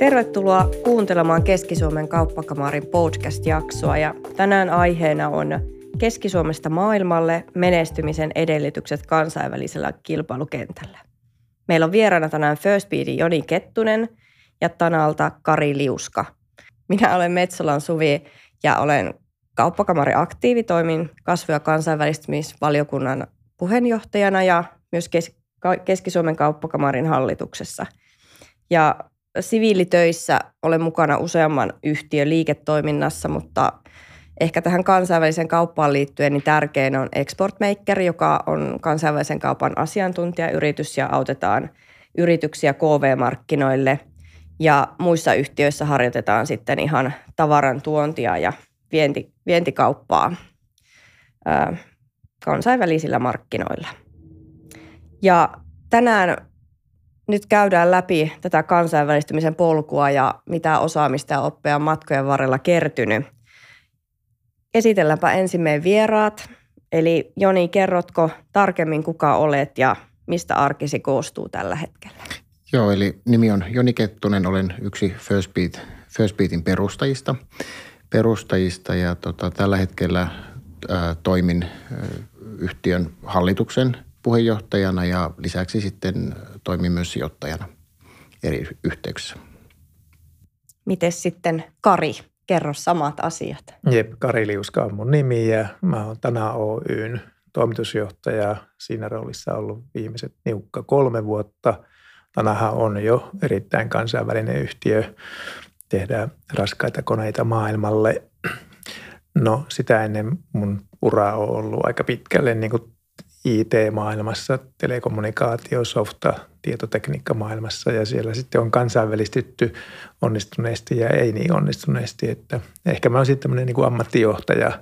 Tervetuloa kuuntelemaan Keski-Suomen kauppakamarin podcast-jaksoa ja tänään aiheena on Keski-Suomesta maailmalle menestymisen edellytykset kansainvälisellä kilpailukentällä. Meillä on vieraana tänään Firstbeatin Joni Kettunen ja Tanalta Kari Liuska. Minä olen Metsolan Suvi ja olen kauppakamarin aktiivi, toimin kasvu- ja kansainvälistymisvaliokunnan puheenjohtajana ja myös Keski-Suomen kauppakamarin hallituksessa. Ja siviilitöissä olen mukana useamman yhtiön liiketoiminnassa, mutta ehkä tähän kansainväliseen kauppaan liittyen niin tärkein on Exportmaker, joka on kansainvälisen kaupan asiantuntijayritys ja autetaan yrityksiä KV-markkinoille. Ja muissa yhtiöissä harjoitetaan sitten ihan tavaran tuontia ja vientikauppaa kansainvälisillä markkinoilla. Ja tänään nyt käydään läpi tätä kansainvälistymisen polkua ja mitä osaamista ja oppia on matkojen varrella kertynyt. Esitelläänpä ensin meidän vieraat. Eli Joni, kerrotko tarkemmin kuka olet ja mistä arkisi koostuu tällä hetkellä? Joo, eli nimi on Joni Kettunen, olen yksi Firstbeatin perustajista ja tällä hetkellä toimin yhtiön hallituksen puheenjohtajana ja lisäksi sitten toimin myös sijoittajana eri yhteyksissä. Mites sitten Kari? Kerro samat asiat. Kari Liuska on mun nimi ja mä oon Tana Oyn toimitusjohtaja. Siinä roolissa ollut viimeiset niukka 3 vuotta. Tanahan on jo erittäin kansainvälinen yhtiö. Tehdään raskaita koneita maailmalle. No sitä ennen mun ura on ollut aika pitkälle niin kuin IT-maailmassa, telekommunikaatio, softa, tietotekniikka-maailmassa ja siellä sitten on kansainvälistytty onnistuneesti ja ei niin onnistuneesti. Että ehkä mä oon sitten tämmöinen niin kuin ammattijohtaja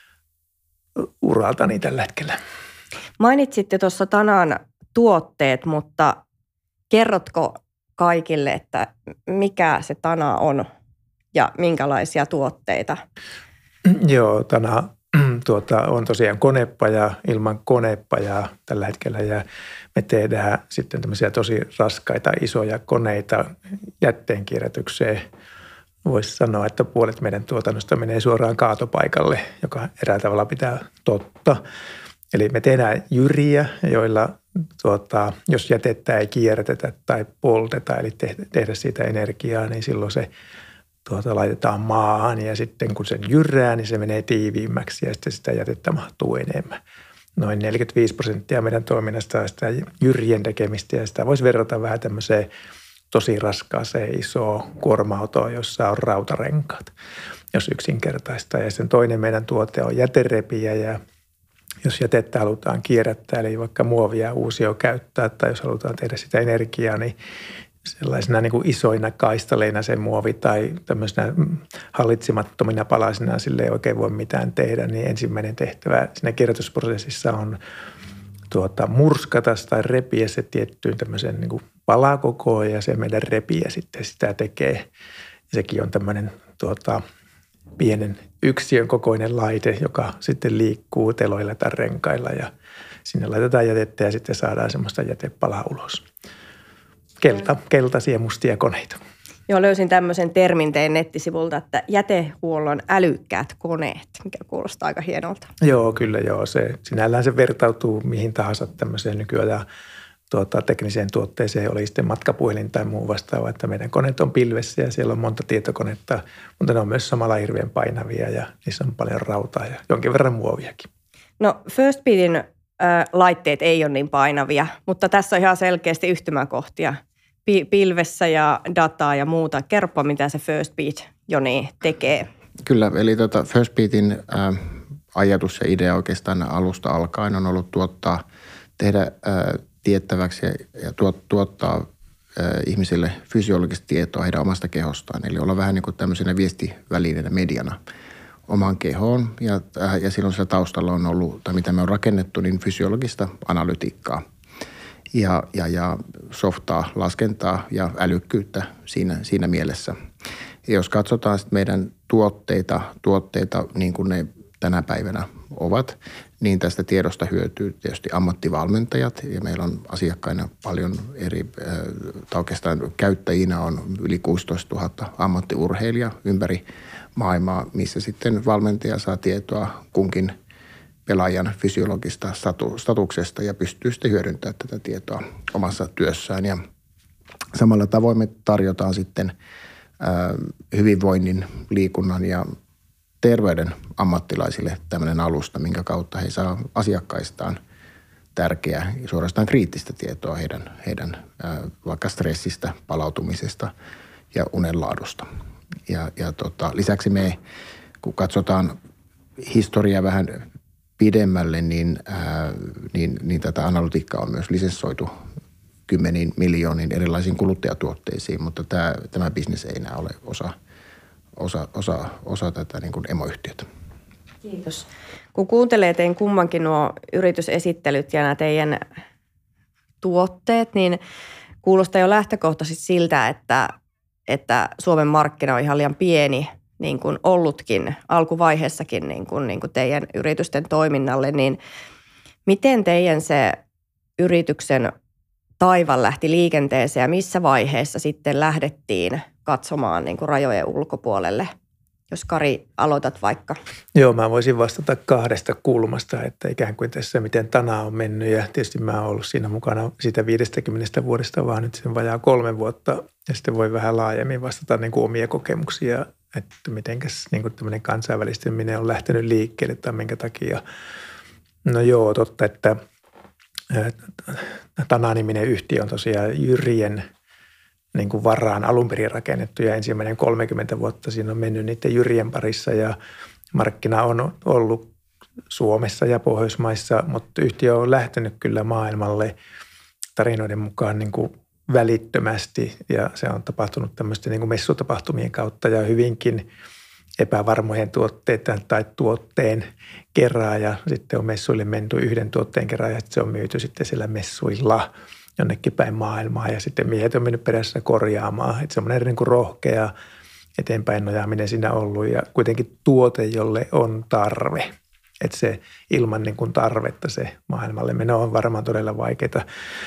uraltani tällä hetkellä. Mainitsitte tuossa Tanan tuotteet, mutta kerrotko kaikille, että mikä se Tana on ja minkälaisia tuotteita? Joo, Tana on tosiaan konepaja ilman konepajaa tällä hetkellä ja me tehdään sitten tämmöisiä tosi raskaita isoja koneita jätteenkierrätykseen. Voisi sanoa, että puolet meidän tuotannosta menee suoraan kaatopaikalle, joka eräällä tavalla pitää totta. Eli me tehdään jyriä, joilla jos jätettä ei kierrätetä tai polteta, eli tehdä siitä energiaa, niin silloin se laitetaan maahan ja sitten kun sen jyrää, niin se menee tiiviimmäksi ja sitten sitä jätettä mahtuu enemmän. Noin 45% meidän toiminnasta on sitä jyrien tekemistä ja sitä voisi verrata vähän tämmöiseen tosi raskaaseen isoon kuorma-autoon, jossa on rautarenkaat, jos yksinkertaista. Ja sen toinen meidän tuote on jäterepiä ja jos jätettä halutaan kierrättää, eli vaikka muovia uusio käyttää tai jos halutaan tehdä sitä energiaa, niin sellaisena niin kuin isoina kaistaleina se muovi tai tämmöisenä hallitsemattomina palasina sille ei oikein voi mitään tehdä, niin ensimmäinen tehtävä siinä kierrätysprosessissa on murskata tai repiä se tiettyyn tämmöisen niin kuin palakokoon ja se meidän repiä sitten sitä tekee. Ja sekin on tämmöinen pienen yksiön kokoinen laite, joka sitten liikkuu teloilla tai renkailla ja sinne laitetaan jätettä ja sitten saadaan semmoista jätepalaa ulos. Keltaisia mustia koneita. Joo, löysin tämmöisen termin teidän nettisivulta, että jätehuollon älykkäät koneet, mikä kuulostaa aika hienolta. Joo, kyllä joo. Sinällään se vertautuu mihin tahansa tämmöiseen nykyään tekniseen tuotteeseen, oli sitten matkapuhelin tai muu vastaava, että meidän koneet on pilvessä ja siellä on monta tietokonetta, mutta ne on myös samalla hirveän painavia ja niissä on paljon rautaa ja jonkin verran muoviakin. No Firstbeatin laitteet ei ole niin painavia, mutta tässä on ihan selkeästi yhtymäkohtia pilvessä ja dataa ja muuta. Kerropa, mitä se Firstbeat, Joni, tekee. Kyllä, eli Firstbeatin ajatus ja idea oikeastaan alusta alkaen on ollut tehdä tiettäväksi ja tuottaa ihmisille fysiologista tietoa heidän omasta kehostaan. Eli olla vähän niin kuin tämmöisenä viestivälineenä mediana omaan kehoon. Ja silloin sillä taustalla on ollut, tai mitä me on rakennettu, niin fysiologista analytiikkaa ja softaa, laskentaa ja älykkyyttä siinä mielessä. Ja jos katsotaan sitten meidän tuotteita niin kuin ne tänä päivänä ovat, niin tästä tiedosta hyötyy tietysti ammattivalmentajat ja meillä on asiakkaina paljon tai oikeastaan käyttäjinä on yli 16 000 ammattiurheilijaa ympäri maailmaa, missä sitten valmentaja saa tietoa kunkin pelaajan fysiologista statuksesta ja pystyy sitten hyödyntämään tätä tietoa omassa työssään. Ja samalla tavoin me tarjotaan sitten hyvinvoinnin, liikunnan ja terveyden ammattilaisille tämmöinen alusta, minkä kautta he saa asiakkaistaan tärkeää, suorastaan kriittistä tietoa heidän vaikka stressistä, palautumisesta ja unenlaadusta. Lisäksi me, kun katsotaan historiaa vähän pidemmälle, niin tätä analytiikkaa on myös lisenssoitu kymmeniin miljooniin erilaisiin kuluttajatuotteisiin, mutta tämä bisnes ei enää ole osa tätä niin kuin emoyhtiötä. Kiitos. Kun kuuntelee teidän kummankin nuo yritysesittelyt ja nämä teidän tuotteet, niin kuulostaa jo lähtökohtaisesti siltä, että Suomen markkina on ihan liian pieni, niin kuin ollutkin alkuvaiheessakin niin kuin teidän yritysten toiminnalle. Niin miten teidän se yrityksen taival lähti liikenteeseen ja missä vaiheessa sitten lähdettiin katsomaan niin kuin rajojen ulkopuolelle? Jos Kari, aloitat vaikka. Joo, mä voisin vastata 2 kulmasta, että ikään kuin tässä miten Tana on mennyt ja tietysti mä oon ollut siinä mukana siitä 50 vuodesta vaan nyt sen vajaa 3 vuotta ja sitten voi vähän laajemmin vastata niin kuin omia kokemuksia, että mitenkäs niin kuin tämmöinen kansainvälistyminen on lähtenyt liikkeelle tai minkä takia. No joo, totta, että Tana-niminen yhtiö on tosiaan jyrien niin kuin varaan alun perin rakennettu ja ensimmäinen 30 vuotta siinä on mennyt niiden jyrien parissa ja markkina on ollut Suomessa ja Pohjoismaissa, mutta yhtiö on lähtenyt kyllä maailmalle tarinoiden mukaan niin kuin välittömästi ja se on tapahtunut tämmöisten niin kuin messutapahtumien kautta ja hyvinkin epävarmojen tuotteiden tai tuotteen kerran ja sitten on messuille menty yhden tuotteen kerran ja se on myyty sitten siellä messuilla jonnekin päin maailmaa ja sitten miehet on mennyt perässä korjaamaan. Että semmoinen niin kuin rohkea eteenpäin nojaaminen siinä on ollut ja kuitenkin tuote, jolle on tarve. Että se ilman niin kuin tarvetta se maailmalle meno on varmaan todella vaikeaa.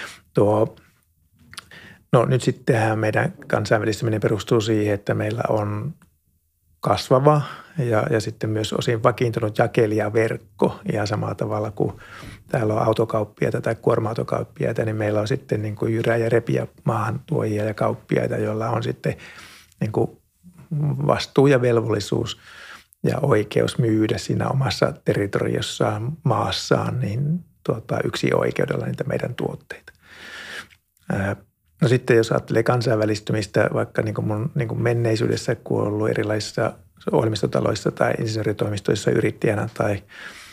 No nyt sittenhän meidän kansainvälistyminen perustuu siihen, että meillä on kasvava ja sitten myös osin vakiintunut jakelijaverkko ihan samalla tavalla kuin täällä on autokauppiaita tai kuorma-autokauppiaita, niin meillä on sitten niin kuin jyrä- ja repiä maahantuojia ja kauppiaita, joilla on sitten niin kuin vastuu ja velvollisuus ja oikeus myydä siinä omassa territoriossaan, maassaan, niin yksi oikeudella niitä meidän tuotteita. No sitten jos ajattelee kansainvälistymistä vaikka niin kuin mun niin kuin menneisyydessä, kun on ollut erilaisissa ohjelmistotaloissa tai insinööritoimistoissa yrittäjänä tai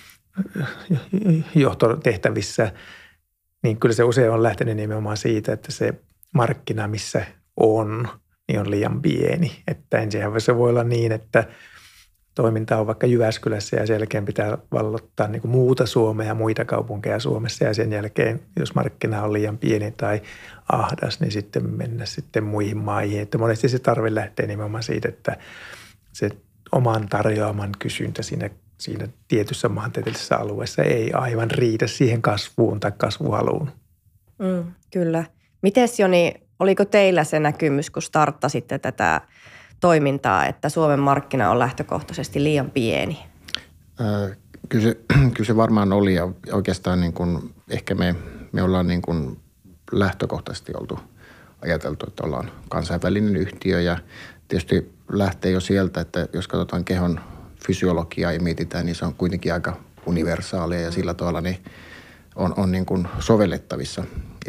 johtotehtävissä, niin kyllä se usein on lähtenyt nimenomaan siitä, että se markkina, missä on, niin on liian pieni. Että ensinhän se voi olla niin, että toiminta on vaikka Jyväskylässä ja sen jälkeen pitää vallottaa niin kuin muuta Suomea ja muita kaupunkeja Suomessa ja sen jälkeen, jos markkina on liian pieni tai ahdas, niin sitten mennä sitten muihin maihin. Että monesti se tarve lähtee nimenomaan siitä, että se oman tarjoaman kysyntä siinä tietyssä maantieteellisessä alueessa ei aivan riitä siihen kasvuun tai kasvuhaluun. Kyllä. Mites Joni, oliko teillä se näkymys, kun starttasitte tätä toimintaa, että Suomen markkina on lähtökohtaisesti liian pieni? Kyllä se varmaan oli ja oikeastaan niin kuin, ehkä me ollaan niin kuin lähtökohtaisesti ajateltu, että ollaan kansainvälinen yhtiö ja tietysti lähtee jo sieltä, että jos katsotaan kehon fysiologiaa ja mietitään, niin se on kuitenkin aika universaalia ja sillä tavalla niin on niin kuin sovellettavissa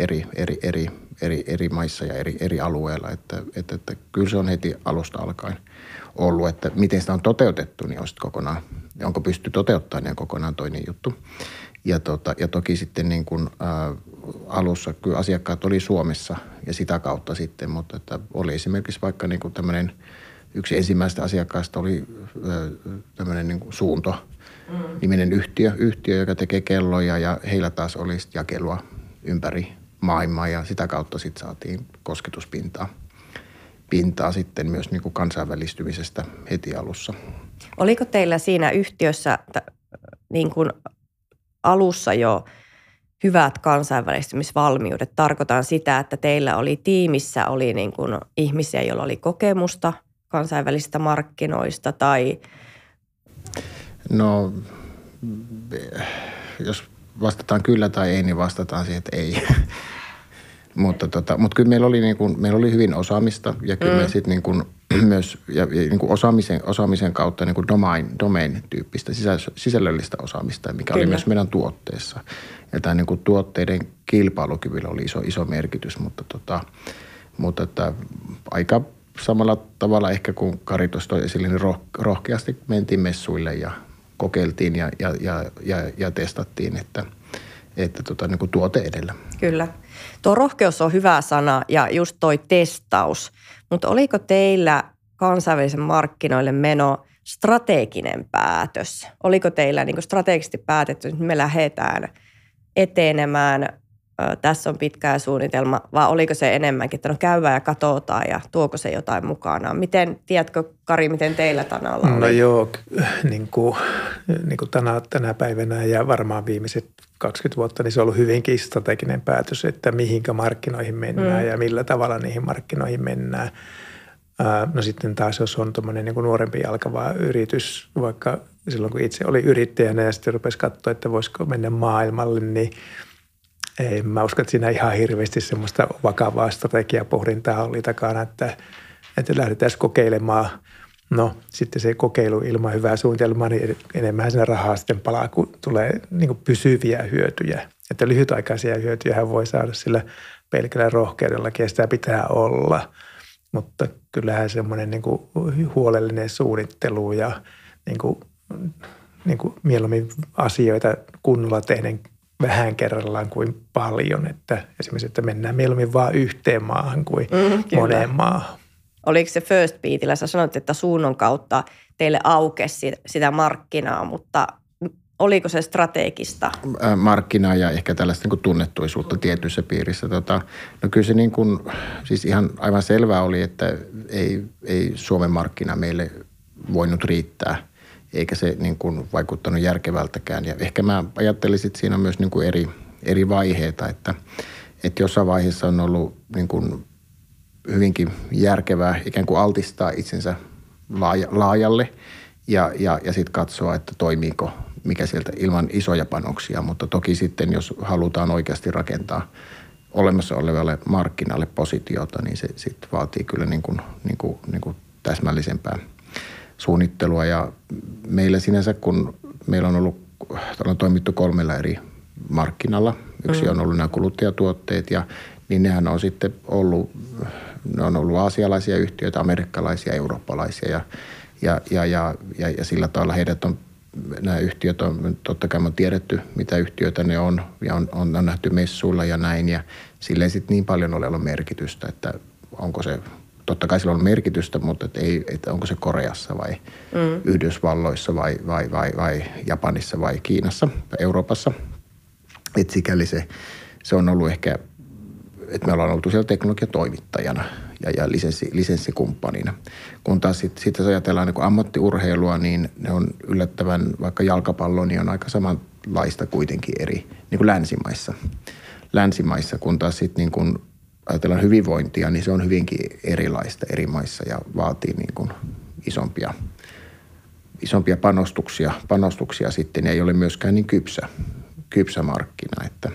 eri maissa ja eri alueilla. Että kyllä se on heti alusta alkaen ollut, että miten sitä on toteutettu, niin on kokonaan, onko pysty toteuttamaan, niin on kokonaan toinen juttu. Ja toki sitten niin kuin, alussa kyllä asiakkaat oli Suomessa ja sitä kautta sitten, mutta että oli esimerkiksi vaikka niin kuin tämmöinen yksi ensimmäistä asiakkaista oli tämmöinen niin kuin Suunto-niminen yhtiö, joka tekee kelloja ja heillä taas oli jakelua ympäri maailmaa ja sitä kautta sitten saatiin kosketuspintaa. pintaa sitten myös niin kuin kansainvälistymisestä heti alussa. Oliko teillä siinä yhtiössä niin kuin alussa jo hyvät kansainvälistymisvalmiudet? Tarkoitan sitä, että teillä oli tiimissä niin kuin ihmisiä, joilla oli kokemusta kansainvälisistä markkinoista tai... No, jos vastataan kyllä tai ei, niin vastataan siihen, että ei. Mutta kyllä meillä oli hyvin osaamista ja kyllä me sitten niin kuin myös niin kuin osaamisen kautta niin kuin domain-tyyppistä sisällöllistä osaamista, mikä kyllä oli myös meidän tuotteessa. Ja tämä niin kuin tuotteiden kilpailukyvyllä oli iso merkitys, mutta että aika samalla tavalla ehkä kuin Kari tuossa toi esille, niin rohkeasti mentiin messuille ja kokeiltiin ja testattiin, että niin kuin tuote edellä. Kyllä. Tuo rohkeus on hyvä sana ja just toi testaus. Mutta oliko teillä kansainvälisen markkinoille meno strateginen päätös? Oliko teillä niin kuin strategisesti päätetty, että me lähdetään etenemään, tässä on pitkä suunnitelma, vai oliko se enemmänkin, että no käydään ja katsotaan ja tuoko se jotain mukanaan? Tiedätkö Kari, miten teillä Tanalla oli? No joo, niin kuin tänä päivänä ja varmaan viimeiset 20 vuotta, niin se on ollut hyvinkin strateginen päätös, että mihinkä markkinoihin mennään ja millä tavalla niihin markkinoihin mennään. No sitten taas, jos on tuommoinen niin kuin nuorempi alkava yritys, vaikka silloin kun itse oli yrittäjänä ja sitten rupesi katsoa, että voisiko mennä maailmalle, niin ei, mä uskon, että siinä ihan hirveästi semmoista vakavaa strategiapohdintaa oli takana, että lähdetään kokeilemaan. No sitten se kokeilu ilman hyvää suunnitelmaa, niin enemmän siinä rahaa sitten palaa, kun tulee niin kuin pysyviä hyötyjä. Että lyhytaikaisia hyötyjä voi saada sillä pelkällä rohkeudellakin ja sitä pitää olla. Mutta kyllähän semmoinen niin kuin huolellinen suunnittelu ja niin kuin mieluummin asioita kunnolla tehden vähän kerrallaan kuin paljon. Että esimerkiksi, että mennään mieluummin vaan yhteen maahan kuin moneen maahan. Oliko se First Beatillä? Sä sanoit, että suunnon kautta teille aukesi sitä markkinaa, mutta oliko se strategista? Markkinaa ja ehkä tällaista niin kuin tunnettuisuutta tietyissä piirissä. No kyllä se niin kuin, siis ihan aivan selvää oli, että ei Suomen markkina meille voinut riittää, eikä se niin kuin vaikuttanut järkevältäkään. Ja ehkä mä ajattelisin, että siinä on myös niin kuin eri vaiheita, että jossain vaiheessa on ollut niin kuin hyvinkin järkevää ikään kuin altistaa itsensä laajalle ja sitten katsoa, että toimiiko mikä sieltä ilman isoja panoksia. Mutta toki sitten, jos halutaan oikeasti rakentaa olemassa olevalle markkinalle positiota, niin se sitten vaatii kyllä niin kuin täsmällisempää suunnittelua. Ja meillä sinänsä, kun meillä on toimittu 3 eri markkinalla. Yksi on ollut nämä kuluttajatuotteet niin nehän on sitten ollut aasialaisia yhtiöitä, amerikkalaisia, eurooppalaisia ja sillä tavalla nämä yhtiöt on, totta kai on tiedetty, mitä yhtiöitä ne on ja on nähty messuilla ja näin ja sillä ei sitten niin paljon ole ollut merkitystä, että onko se, totta kai sillä on merkitystä, mutta että onko se Koreassa vai Yhdysvalloissa vai Japanissa vai Kiinassa tai Euroopassa. Että sikäli se on ollut ehkä, että me ollaan oltu siellä teknologiatoimittajana ja lisenssikumppanina. Kun taas sitten jos ajatellaan niin kuin ammattiurheilua, niin ne on yllättävän, vaikka jalkapallo, niin on aika samanlaista kuitenkin eri niin kuin länsimaissa. Kun taas sitten niin kuin ajatellaan hyvinvointia, niin se on hyvinkin erilaista eri maissa ja vaatii niin kuin isompia panostuksia sitten ja ei ole myöskään niin kypsä markkina, että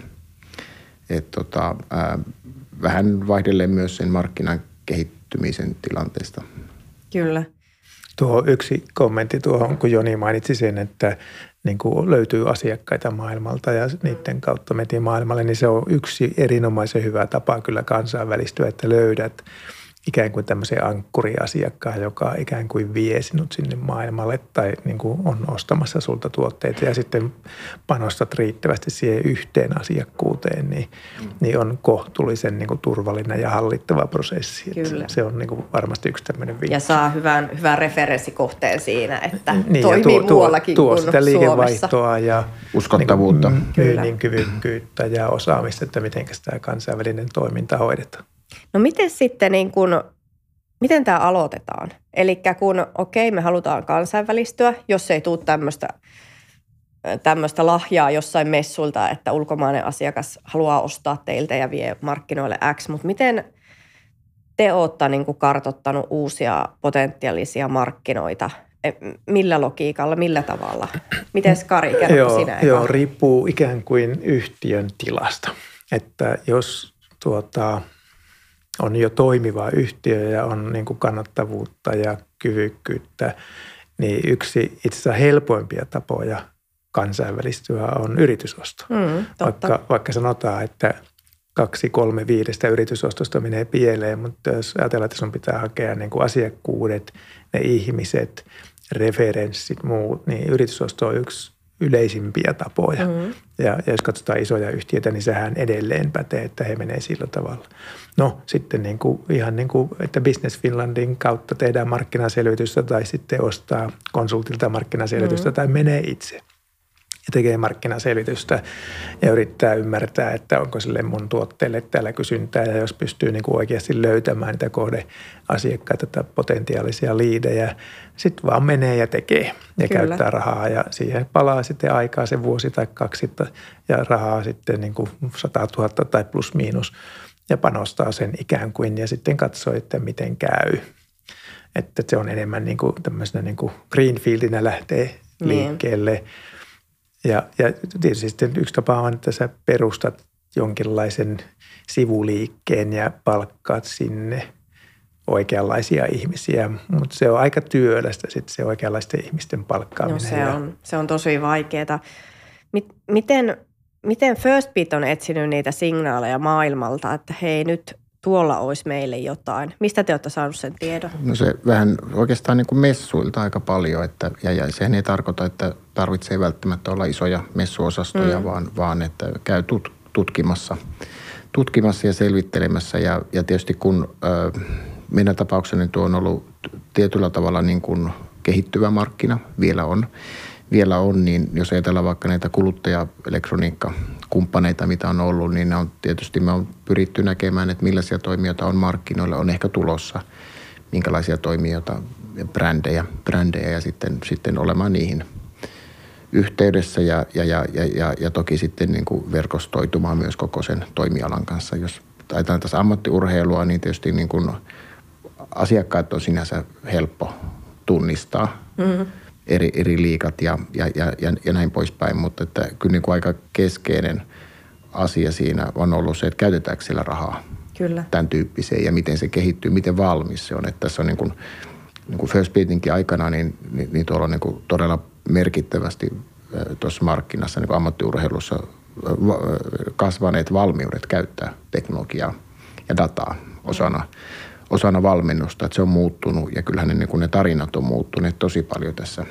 vähän vaihdelleen myös sen markkinan kehittymisen tilanteesta. Kyllä. Tuo yksi kommentti tuohon, kun Joni mainitsi sen, että niin kuin löytyy asiakkaita maailmalta ja niiden kautta metiin maailmalle, niin se on yksi erinomaisen hyvä tapa kyllä kansainvälistyä, että löydät ikään kuin tämmöisen ankkuriasiakkaan, joka ikään kuin vie sinut sinne maailmalle tai niin kuin on ostamassa sulta tuotteita ja sitten panostat riittävästi siihen yhteen asiakkuuteen, niin on kohtuullisen niin kuin turvallinen ja hallittava prosessi. Kyllä. Se on niin kuin varmasti yksi tämmöinen vinkki. Ja saa hyvän referenssikohteen siinä, että toimii muuallakin tuo kuin sitä Suomessa. liikevaihtoa ja uskottavuutta. Myynnin kyvykkyyttä ja osaamista, että miten sitä kansainvälinen toiminta hoidetaan. No miten sitten Miten tämä aloitetaan? Eli kun me halutaan kansainvälistyä, jos ei tule tämmöistä lahjaa jossain messuilta, että ulkomainen asiakas haluaa ostaa teiltä ja vie markkinoille X, mutta miten te olette niin kuin kartoittanut uusia potentiaalisia markkinoita? Millä logiikalla, millä tavalla? Miten Kari, kerro sinä? Joo, riippuu ikään kuin yhtiön tilasta. Että jos on jo toimiva yhtiö ja on niin kuin kannattavuutta ja kyvykkyyttä, niin yksi itse asiassa helpoimpia tapoja kansainvälistyä on yritysosto. Vaikka sanotaan, että 2-3-5 yritysostosta menee pieleen, mutta jos ajatellaan, että sun pitää hakea niin kuin asiakkuudet, ne ihmiset, referenssit, muut, niin yritysosto on yksi yleisimpiä tapoja. Ja jos katsotaan isoja yhtiöitä, niin sehän edelleen pätee, että he menee sillä tavalla. No sitten ihan niin kuin, että Business Finlandin kautta tehdään markkinaselvitystä tai sitten ostaa konsultilta markkinaselvitystä tai menee itse ja tekee markkinaselvitystä ja yrittää ymmärtää, että onko sille mun tuotteelle täällä kysyntää ja jos pystyy niin kuin oikeasti löytämään niitä kohdeasiakkaita tai potentiaalisia liidejä, sitten vaan menee ja tekee ja käyttää rahaa ja siihen palaa sitten aikaa se vuosi tai 2 ja rahaa sitten niin kuin 100 000 tai plus miinus ja panostaa sen ikään kuin ja sitten katsoo, että miten käy. Että se on enemmän niin kuin tämmöisenä niin kuin greenfieldinä lähtee liikkeelle. Ja tietysti sitten yksi tapa on, että sä perustat jonkinlaisen sivuliikkeen ja palkkaat sinne oikeanlaisia ihmisiä, mutta se on aika työlästä sitten se oikeanlaisten ihmisten palkkaaminen. No se on tosi vaikeaa. Miten Firstbeat on etsinyt niitä signaaleja maailmalta, että hei nyt tuolla olisi meille jotain? Mistä te olette saaneet sen tiedon? No se vähän oikeastaan niin kuin messuilta aika paljon, ja sehän ei tarkoita, että tarvitsee välttämättä olla isoja messuosastoja, vaan että käy tutkimassa ja selvittelemässä. Ja tietysti kun meidän tapauksessa tuo on ollut tietyllä tavalla niin kuin kehittyvä markkina, vielä on, niin jos ajatellaan vaikka näitä kuluttaja-elektroniikkakumppaneita, mitä on ollut, niin me on pyritty näkemään, että millaisia toimijoita on markkinoilla, on ehkä tulossa, minkälaisia toimijoita, brändejä ja sitten olemaan niihin yhteydessä ja toki sitten niin kuin verkostoitumaan myös koko sen toimialan kanssa. Jos ajatellaan tässä ammattiurheilua, niin tietysti niin kuin asiakkaat on sinänsä helppo tunnistaa. Eri liigat ja näin poispäin, mutta että kyllä niin kuin aika keskeinen asia siinä on ollut se, että käytetäänkö siellä rahaa tämän tyyppiseen ja miten se kehittyy, miten valmis se on. Että tässä on niin kuin Firstbeatinkin aikana, niin tuolla on niin kuin todella merkittävästi tuossa markkinassa niin kuin ammattiurheilussa kasvaneet valmiudet käyttää teknologiaa ja dataa osana valmennusta, että se on muuttunut ja kyllähän ne tarinat on muuttuneet tosi paljon tässä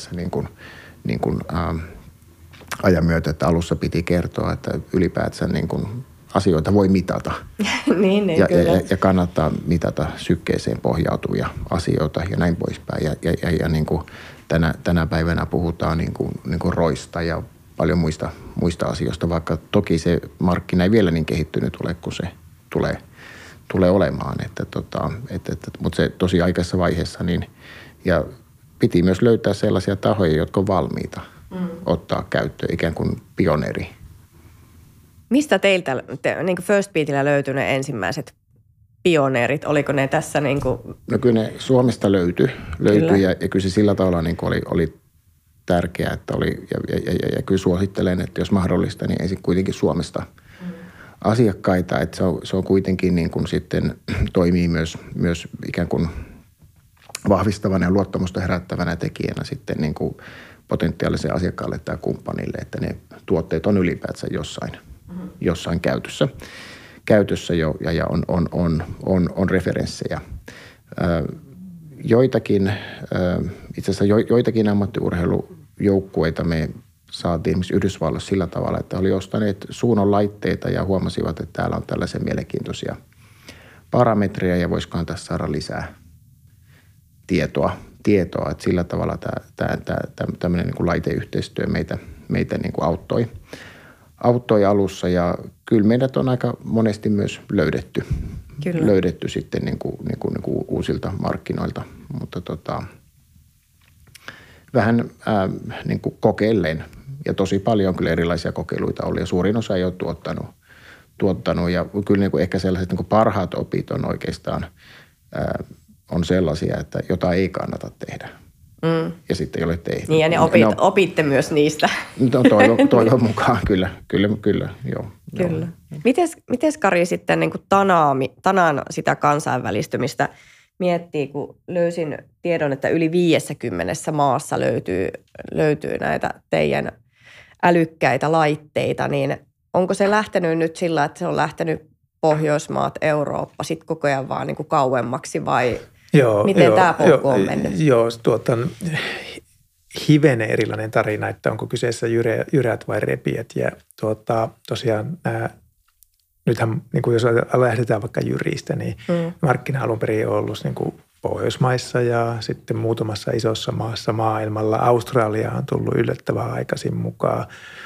ajan myötä, että alussa piti kertoa, että ylipäätään niin kuin asioita voi mitata ja kannattaa mitata sykkeeseen pohjautuvia asioita ja näin poispäin ja niin kuin tänä päivänä puhutaan niin kuin roista ja paljon muista asioista, vaikka toki se markkina ei vielä niin kehittynyt ole, kun se tulee olemaan, mutta se tosi aikaisessa vaiheessa niin, ja piti myös löytää sellaisia tahoja, jotka on valmiita ottaa käyttöön ikään kuin pioneeri. Mistä teiltä niin kuin Firstbeatillä löytyi ne ensimmäiset pioneerit? Oliko ne tässä niin kuin? No kyllä ne Suomesta löytyi ja kyllä se sillä tavalla niin kuin oli tärkeää, että oli ja kyllä suosittelen, että jos mahdollista, niin ensin kuitenkin Suomesta asiakkaita, että se on kuitenkin niin kuin sitten toimii myös ikään kuin vahvistavana ja luottamusta herättävänä tekijänä sitten niin kuin potentiaaliselle asiakkaalle tai kumppanille, että ne tuotteet on ylipäätään jossain käytössä jo ja on referenssejä. Itse asiassa joitakin ammattiurheilujoukkueita me saatiin esimerkiksi Yhdysvalloissa sillä tavalla, että oli ostaneet suunnon laitteita ja huomasivat, että täällä on tällaisia mielenkiintoisia parametreja ja voisikohan tässä saada lisää tietoa. Että sillä tavalla tämmöinen niin kuin laiteyhteistyö meitä niin kuin auttoi alussa ja kyllä meidät on aika monesti myös löydetty sitten niin kuin uusilta markkinoilta, mutta vähän niin kuin kokeilleen ja tosi paljon kyllä erilaisia kokeiluita oli ja suurin osa ei ole tuottanut ja kyllä niin kuin ehkä sellaiset niin kuin parhaat opit on oikeastaan on sellaisia, että jota ei kannata tehdä. Ja sitten ei ole tehty. Niin ja ne opitte myös niistä. No, toivon mukaan, kyllä, joo. Kyllä. Mites Kari sitten niin kuin Tanaan sitä kansainvälistymistä miettii, kun löysin tiedon, että yli 50 maassa löytyy näitä teidän älykkäitä laitteita, niin onko se lähtenyt nyt sillä, että se on lähtenyt Pohjoismaat, Eurooppa sitten koko ajan vaan niin kuin kauemmaksi vai miten tämä polku on mennyt? Joo, hivenen erilainen tarina, että onko kyseessä jyrät vai repijät. Ja tosiaan nythän, niin kuin jos lähdetään vaikka jyristä, niin markkina alun perin on ollut niin kuin Pohjoismaissa ja sitten muutamassa isossa maassa maailmalla. Australia on tullut yllättävän aikaisin mukaan.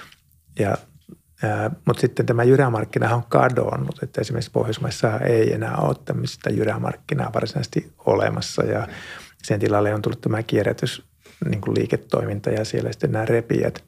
Mutta sitten tämä jyrämarkkina on kadonnut, että esimerkiksi Pohjoismaissa ei enää ole tämmöistä jyrämarkkinaa varsinaisesti olemassa ja sen tilalle on tullut tämä kierrätys niin kuin liiketoiminta ja siellä sitten nämä repijät.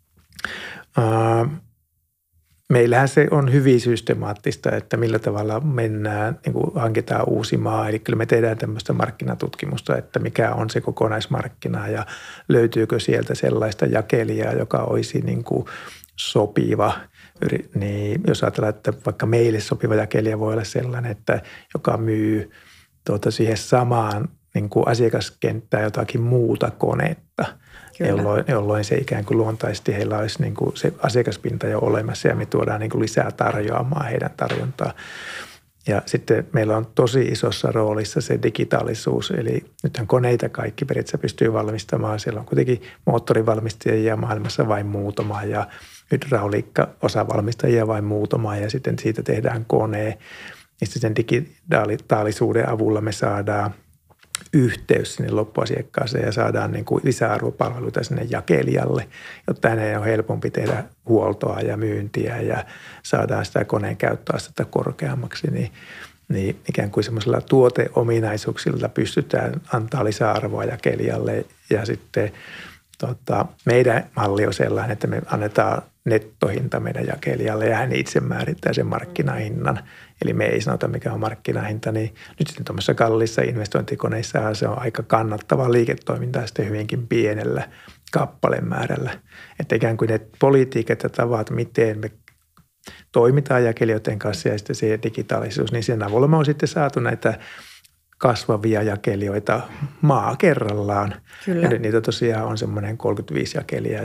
Meillähän se on hyvin systemaattista, että millä tavalla mennään, niin kuin hankitaan uusi maa. Eli kyllä me tehdään tämmöistä markkinatutkimusta, että mikä on se kokonaismarkkina ja löytyykö sieltä sellaista jakelijaa, joka olisi niin kuin sopiva. Niin jos ajatellaan, että vaikka meille sopiva jakelija voi olla sellainen, että joka myy siihen samaan niin kuin asiakaskenttään jotakin muuta konetta, jolloin se ikään kuin luontaisesti heillä olisi niin kuin se asiakaspinta jo olemassa ja me tuodaan niin kuin lisää tarjoamaan heidän tarjontaa. Ja sitten meillä on tosi isossa roolissa se digitaalisuus, eli nythän koneita kaikki periaatteessa pystyy valmistamaan. Siellä on kuitenkin moottorivalmistajia maailmassa vain muutama ja hydrauliikka-osavalmistajia vain muutama ja sitten siitä tehdään kone. Ja sen digitaalisuuden avulla me saadaan yhteys sinne loppuasiakkaaseen ja saadaan niin kuin lisäarvopalveluita sinne jakelijalle, jotta hänen on helpompi tehdä huoltoa ja myyntiä ja saadaan sitä koneen käyttöastetta korkeammaksi, niin ikään kuin semmoisilla tuoteominaisuuksilla pystytään antaa lisäarvoa jakelijalle ja sitten meidän malli on sellainen, että me annetaan nettohinta meidän jakelijalle ja hän itse määrittää sen markkinahinnan. Eli me ei sanota, mikä on markkinahinta, niin nyt sitten tuommoisessa kalliissa investointikoneissa se on aika kannattavaa liiketoimintaa sitten hyvinkin pienellä kappalemäärällä. Että ikään kuin ne politiikat ja tavat, miten me toimitaan jakelijoiden kanssa ja sitten se digitaalisuus, niin sen avulla me on sitten saatu näitä kasvavia jakelijoita maa kerrallaan. Kyllä. Ja niitä tosiaan on semmoinen 35 jakelijaa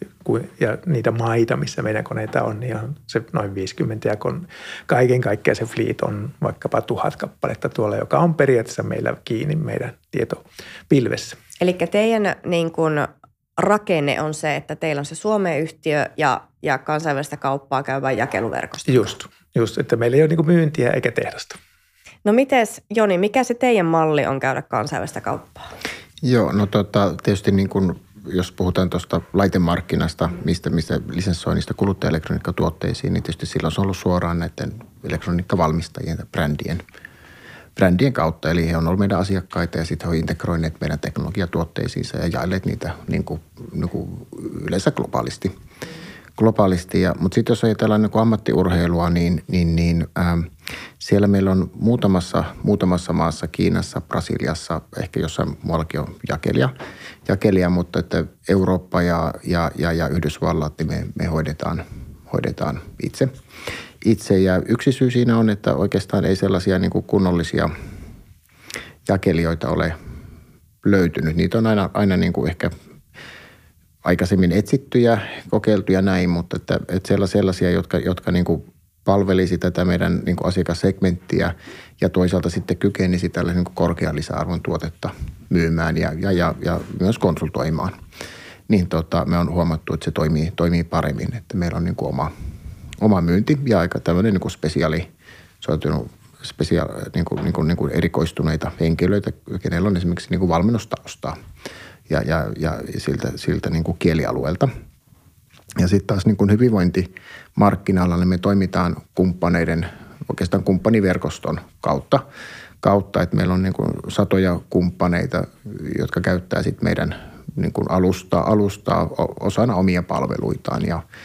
ja niitä maita, missä meidän koneita on, niin on se noin 50 ja kaiken kaikkiaan se fleet on vaikkapa 1000 kappaletta tuolla, joka on periaatteessa meillä kiinni meidän tietopilvessä. Eli teidän niin kun rakenne on se, että teillä on se Suomen yhtiö ja kansainvälistä kauppaa käyvä jakeluverkosto. Just, että meillä ei ole niin kuin myyntiä eikä tehdasta. No mites, Joni, mikä se teidän malli on käydä kansainvälistä kauppaa? Joo, no tietysti niin kuin, jos puhutaan tuosta laitemarkkinasta, mistä lisenssoinnista kuluttajaelektroniikkatuotteisiin, niin tietysti silloin se on ollut suoraan näiden elektroniikkavalmistajien ja brändien kautta. Eli he on ollut meidän asiakkaita ja sitten he on integroineet meidän teknologiatuotteisiinsa ja jaelleet niitä niin kuin yleensä globaalisti. Mutta sitten jos ajatellaan niin kuin ammattiurheilua, niin siellä meillä on muutamassa maassa, Kiinassa, Brasiliassa, ehkä jossain muuallakin on jakelija, mutta että Eurooppa ja Yhdysvallat niin me hoidetaan itse. Ja yksi syy siinä on, että oikeastaan ei sellaisia niin kuin kunnollisia jakelijoita ole löytynyt. Niitä on aina niin kuin ehkä aikaisemmin etsittyjä, kokeiltuja näin, mutta että sellaisia, jotka niin kuin palvelisi tätä meidän niin kuin asiakassegmenttiä ja toisaalta sitten kykenisi tällä niin kuin korkean lisäarvon tuotetta myymään ja myös konsultoimaan. Niin me on huomattu, että se toimii paremmin, että meillä on niin kuin oma myynti ja aika tämmöinen niin kuin niin kuin erikoistuneita henkilöitä, kenellä on esimerkiksi niin kuin valmennustaustaa ja siltä niin kuin kielialueelta. Ja sitten taas niin kuin hyvinvointimarkkina-alalla niin me toimitaan oikeastaan kumppaniverkoston kautta, että meillä on niin kuin satoja kumppaneita, jotka käyttää sitten meidän niin kuin alustaa osana omia palveluitaan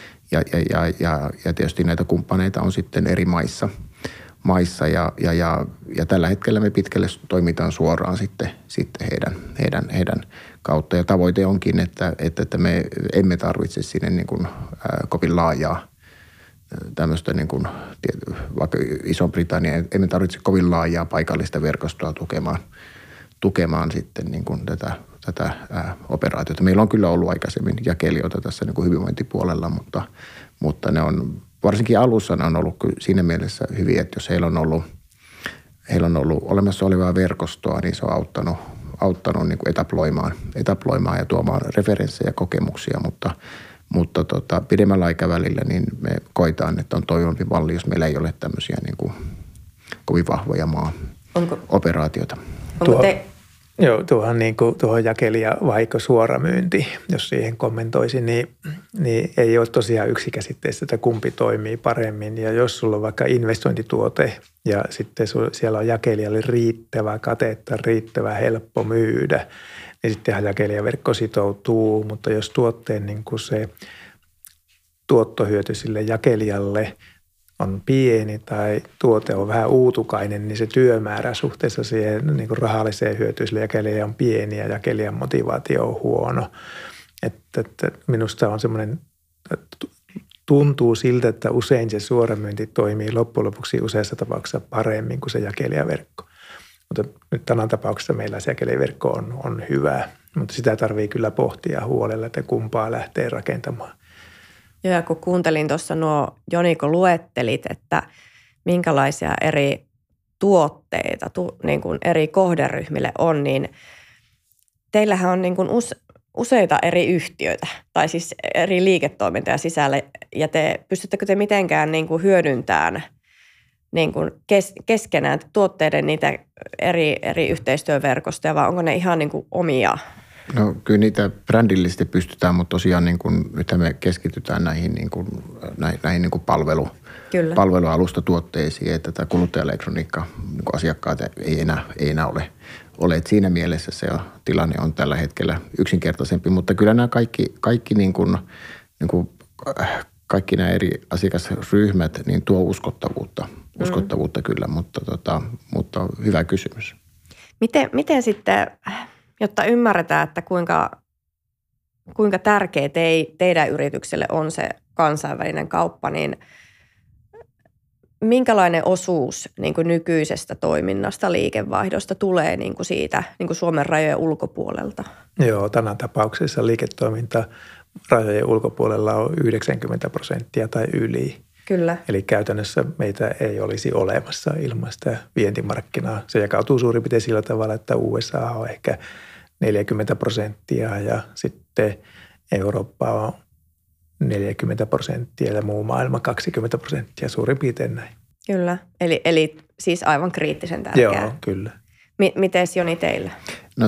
ja tietysti näitä kumppaneita on sitten eri maissa ja tällä hetkellä me pitkälle toimitaan suoraan sitten heidän kautta ja tavoite onkin, että me emme tarvitse sinne niin kuin kovin laajaa tämmöistä niin kuin, vaikka Iso-Britannia, emme tarvitse kovin laajaa paikallista verkostoa tukemaan sitten niin kuin tätä operaatiota. Meillä on kyllä ollut aikaisemmin jakelijoita tässä niin kuin hyvinvointipuolella, mutta ne on, varsinkin alussa ne on ollut siinä mielessä hyviä, että jos heillä on ollut olemassa olevaa verkostoa, niin se on auttanut niin kuin etaploimaan ja tuomaan referenssejä ja kokemuksia, mutta pidemmällä aikavälillä niin me koitaan, että on toimivampi malli, jos meillä ei ole tämmöisiä niin kuin kovin vahvoja operaatioita. Tuohon niin kuin tuohon jakelija vaiko suoramyynti, jos siihen kommentoisin, niin ei ole tosiaan yksikäsitteistä, että kumpi toimii paremmin. Ja jos sulla on vaikka investointituote ja sitten siellä on jakelijalle riittävä katetta, riittävä helppo myydä, niin sittenhän jakelijaverkko sitoutuu. Mutta jos tuotteen niin kuin se tuottohyöty sille jakelijalle on pieni tai tuote on vähän uutukainen, niin se työmäärä suhteessa siihen niin kuin rahalliseen hyötyyn sille jakelijalle on pieni ja jakelijan motivaatio on huono. Että minusta on semmoinen, tuntuu siltä, että usein se suoramyynti toimii loppujen lopuksi useassa tapauksessa paremmin kuin se jakelijaverkko. Mutta nyt tämän tapauksessa meillä se jakelijaverkko on hyvä, mutta sitä tarvii kyllä pohtia huolella, että kumpaa lähtee rakentamaan. Ja kun kuuntelin tuossa Joni, kun luettelit, että minkälaisia eri tuotteita niin kuin eri kohderyhmille on, niin teillähän on niin kuin useita eri yhtiöitä tai siis eri liiketoimintoja sisällä ja pystyttekö te mitenkään niin kuin hyödyntämään niin kuin keskenään tuotteiden niitä eri yhteistyöverkostoja vai onko ne ihan niin kuin omia? No kyllä niitä brändillisesti pystytään, mutta tosiaan niin kuin, nyt me keskitytään näihin niin kuin palvelualustatuotteisiin, että tämä kuluttajaelektroniikka niin kuin asiakkaat ei enää ole. Että siinä mielessä se tilanne on tällä hetkellä yksinkertaisempi, mutta kyllä nämä kaikki kaikki nämä eri asiakasryhmät niin tuo uskottavuutta kyllä, mutta hyvä kysymys. Miten sitten, jotta ymmärretään, että kuinka tärkeä teidän yritykselle on se kansainvälinen kauppa, niin minkälainen osuus niin kuin nykyisestä toiminnasta, liikevaihdosta tulee niin kuin siitä niin kuin Suomen rajojen ulkopuolelta? Joo, tänä tapauksessa liiketoiminta rajojen ulkopuolella on 90% tai yli. Kyllä. Eli käytännössä meitä ei olisi olemassa ilman sitä vientimarkkinaa. Se jakautuu suurin piirtein sillä tavalla, että USA on ehkä 40% ja sitten Eurooppa on 40% ja muu maailma 20%, suurin piirtein näin. Kyllä, eli siis aivan kriittisen tärkeää. Joo, kyllä. Mites Joni teillä? No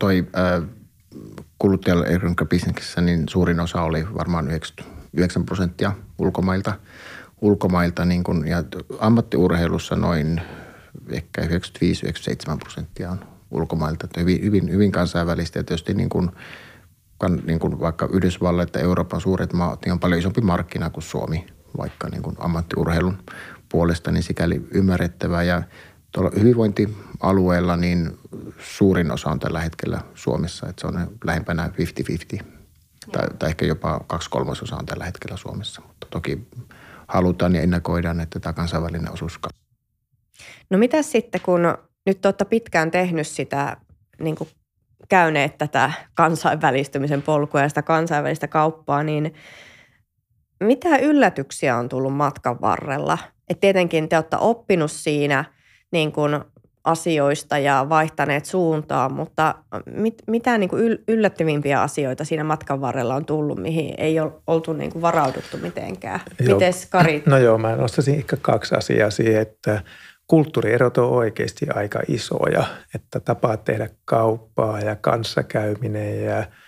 kuluttajaelektroniikkabisneksessä niin suurin osa oli varmaan 99% ulkomailta niin kun, ja ammattiurheilussa noin ehkä 95-97% on ulkomailta. Hyvin kansainvälistä ja tietysti niin kuin vaikka Yhdysvallat että Euroopan suuret maat, niin on paljon isompi markkina kuin Suomi, vaikka niin kuin ammattiurheilun puolesta, niin sikäli ymmärrettävää. Ja tuolla hyvinvointialueella niin suurin osa on tällä hetkellä Suomessa, että se on lähempänä 50-50. Tai ehkä jopa 2/3 on tällä hetkellä Suomessa, mutta toki halutaan ja ennakoidaan, että tämä kansainvälinen osuus. No mitä sitten, kun nyt olette pitkään tehnyt sitä, niin kuin käyneet tätä kansainvälistymisen polkua ja sitä kansainvälistä kauppaa, niin mitä yllätyksiä on tullut matkan varrella? Et tietenkin te olette oppinut siinä niin kuin asioista ja vaihtaneet suuntaa, mutta mitä niin kuin yllättävimpiä asioita siinä matkan varrella on tullut, mihin ei ole oltu niin kuin varauduttu mitenkään? Mites Kari? No joo, mä nostaisin ehkä 2 asiaa siihen, että kulttuurierot on oikeasti aika isoja, että tapaa tehdä kauppaa ja kanssakäyminen ja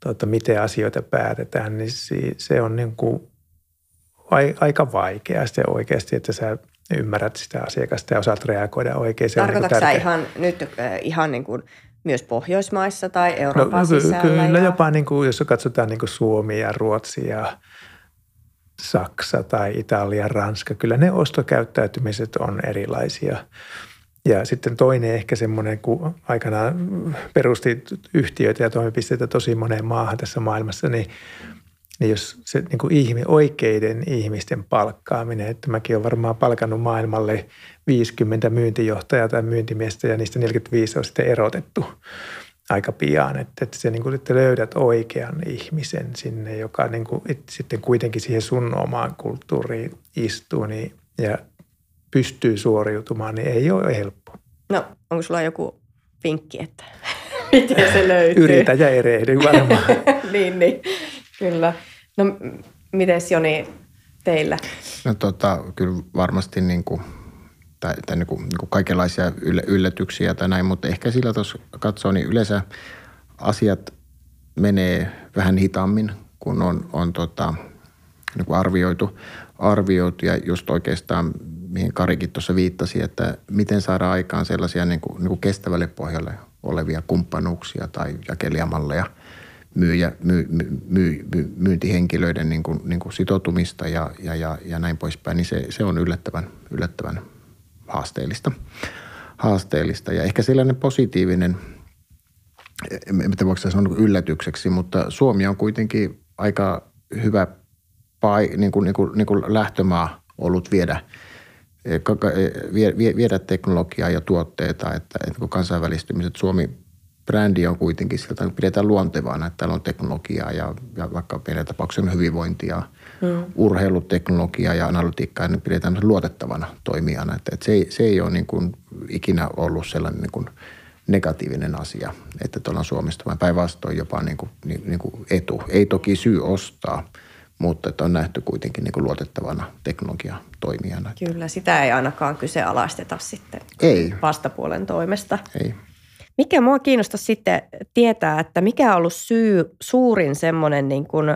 miten asioita päätetään, niin se on niin kuin aika vaikeaa se oikeasti, että sä ymmärrät sitä asiakasta ja osaat reagoida oikein. Tarkoitatko sä ihan niin kuin myös Pohjoismaissa tai Euroopan sisällä? Kyllä jopa, niin kuin, jos katsotaan niin kuin Suomi ja Ruotsi ja Saksa tai Italia, Ranska, kyllä ne ostokäyttäytymiset on erilaisia. Ja sitten toinen ehkä semmoinen, kun aikanaan perusti yhtiöitä ja toimipisteitä tosi moneen maahan tässä maailmassa, niin jos se niin kuin oikeiden ihmisten palkkaaminen, että mäkin olen varmaan palkannut maailmalle 50 myyntijohtajaa tai myyntimiestä ja niistä 45 on sitten erotettu aika pian. Että se niin kuin, että löydät oikean ihmisen sinne, joka niin kuin, sitten kuitenkin siihen sun omaan kulttuuriin istuu ja pystyy suoriutumaan, niin ei ole helppo. No, onko sulla joku vinkki, että miten se löytyy? Yritä ja erehdy varmaan. niin, kyllä. No, mites Joni teillä? No kyllä varmasti niin kuin kaikenlaisia yllätyksiä tai näin, mutta ehkä sillä tuossa katsoo, niin yleensä asiat menee vähän hitaammin, kun on niin kuin arvioitu ja just oikeastaan, mihin Karikin tuossa viittasi, että miten saada aikaan sellaisia niin kuin kestävälle pohjalle olevia kumppanuuksia tai jakelijamalleja, myyntihenkilöiden niin kuin sitoutumista ja näin poispäin, niin se on yllättävän haasteellista. Ja ehkä sellainen positiivinen, en tiedä voiko se sanoa yllätykseksi, mutta Suomi on kuitenkin aika hyvä niin kuin lähtömaa ollut viedä teknologiaa ja tuotteita, että kun kansainvälistymiset Suomi-brändi on kuitenkin sieltä, pidetään luontevana, että täällä on teknologiaa ja vaikka meidän tapauksessa hyvinvointia, urheiluteknologiaa ja analytiikkaa, niin pidetään luotettavana toimijana. Että se ei ole niin kuin ikinä ollut sellainen niin kuin negatiivinen asia, että tuolla Suomesta, vaan päinvastoin jopa niin kuin etu. Ei toki syy ostaa, mutta että on nähty kuitenkin niin kuin luotettavana teknologiatoimijana. Kyllä, sitä ei ainakaan kyseenalaisteta sitten vastapuolen toimesta. Ei. Mikä mua kiinnostaisi sitten tietää, että mikä on ollut suurin semmoinen niin kuin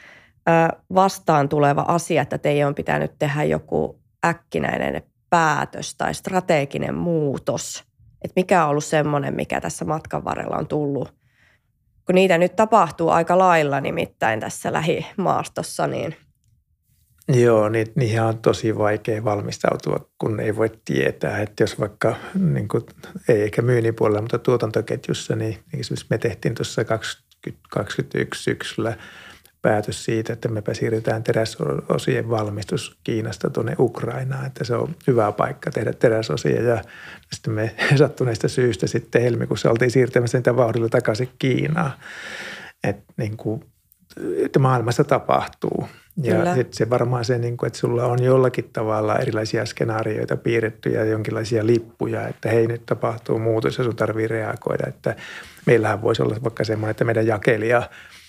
vastaan tuleva asia, että teidän on pitänyt tehdä joku äkkinäinen päätös tai strateginen muutos. Että mikä on ollut semmoinen, mikä tässä matkan varrella on tullut. Kun niitä nyt tapahtuu aika lailla nimittäin tässä lähimaastossa, niin... Joo, niihin on tosi vaikea valmistautua, kun ei voi tietää, että jos vaikka, niin kuin, ei ehkä myynnin puolella, mutta tuotantoketjussa, niin esimerkiksi me tehtiin tuossa 2021 syksyllä päätös siitä, että mepä siirrytään teräsosien valmistus Kiinasta tuonne Ukrainaan, että se on hyvä paikka tehdä teräsosia ja sitten me sattuneista syystä sitten helmikuussa oltiin siirtämässä niitä vauhdilla takaisin Kiinaan, että niin kuin, että maailmassa tapahtuu. Ja sitten se varmaan se, niin kuin, että sulla on jollakin tavalla erilaisia skenaarioita piirretty ja jonkinlaisia lippuja, että hei nyt tapahtuu muutos ja sun tarvii reagoida, että meillähän voisi olla vaikka semmoinen, että meidän jakelija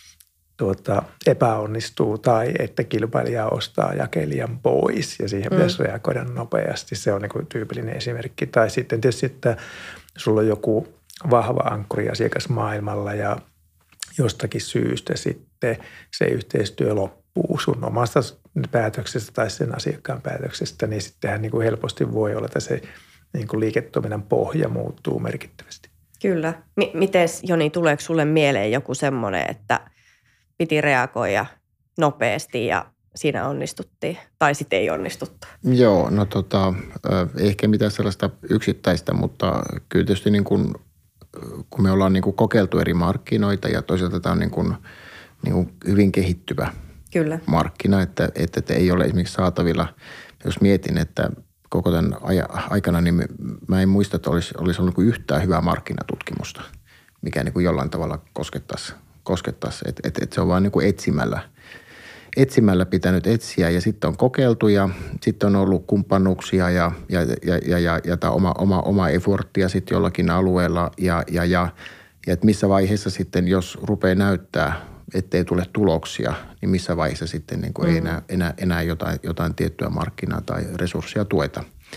epäonnistuu tai että kilpailija ostaa jakelijan pois ja siihen pitäisi reagoida nopeasti. Se on niin kuin tyypillinen esimerkki. Tai sitten tietysti, että sulla on joku vahva ankkuriasiakas maailmalla ja jostakin syystä sitten se yhteistyö loppuu sun omasta päätöksestä tai sen asiakkaan päätöksestä, niin sittenhän niin kuin helposti voi olla, että se niin kuin liiketoiminnan pohja muuttuu merkittävästi. Kyllä. Mites Joni, tuleeko sulle mieleen joku semmoinen, että piti reagoida nopeasti ja siinä onnistuttiin, tai sitten ei onnistuttu? Joo, no ehkä mitään sellaista yksittäistä, mutta kyllä tietysti niin kuin, kun me ollaan niin kuin kokeiltu eri markkinoita ja toisaalta tämä on niin kuin hyvin kehittyvä markkina, että ei ole esimerkiksi saatavilla, jos mietin, että koko tämän aikana, niin mä en muista, että olisi ollut yhtään hyvää markkinatutkimusta, mikä niin kuin jollain tavalla koskettaisi, että se on vaan niin kuin etsimällä pitänyt etsiä ja sitten on kokeiltu ja sitten on ollut kumppanuuksia ja tämä oma efforttia sitten jollakin alueella ja että missä vaiheessa sitten, jos rupeaa näyttää, ettei tule tuloksia, niin missä vaiheessa sitten niin kuin ei enää jotain tiettyä markkinaa tai resursseja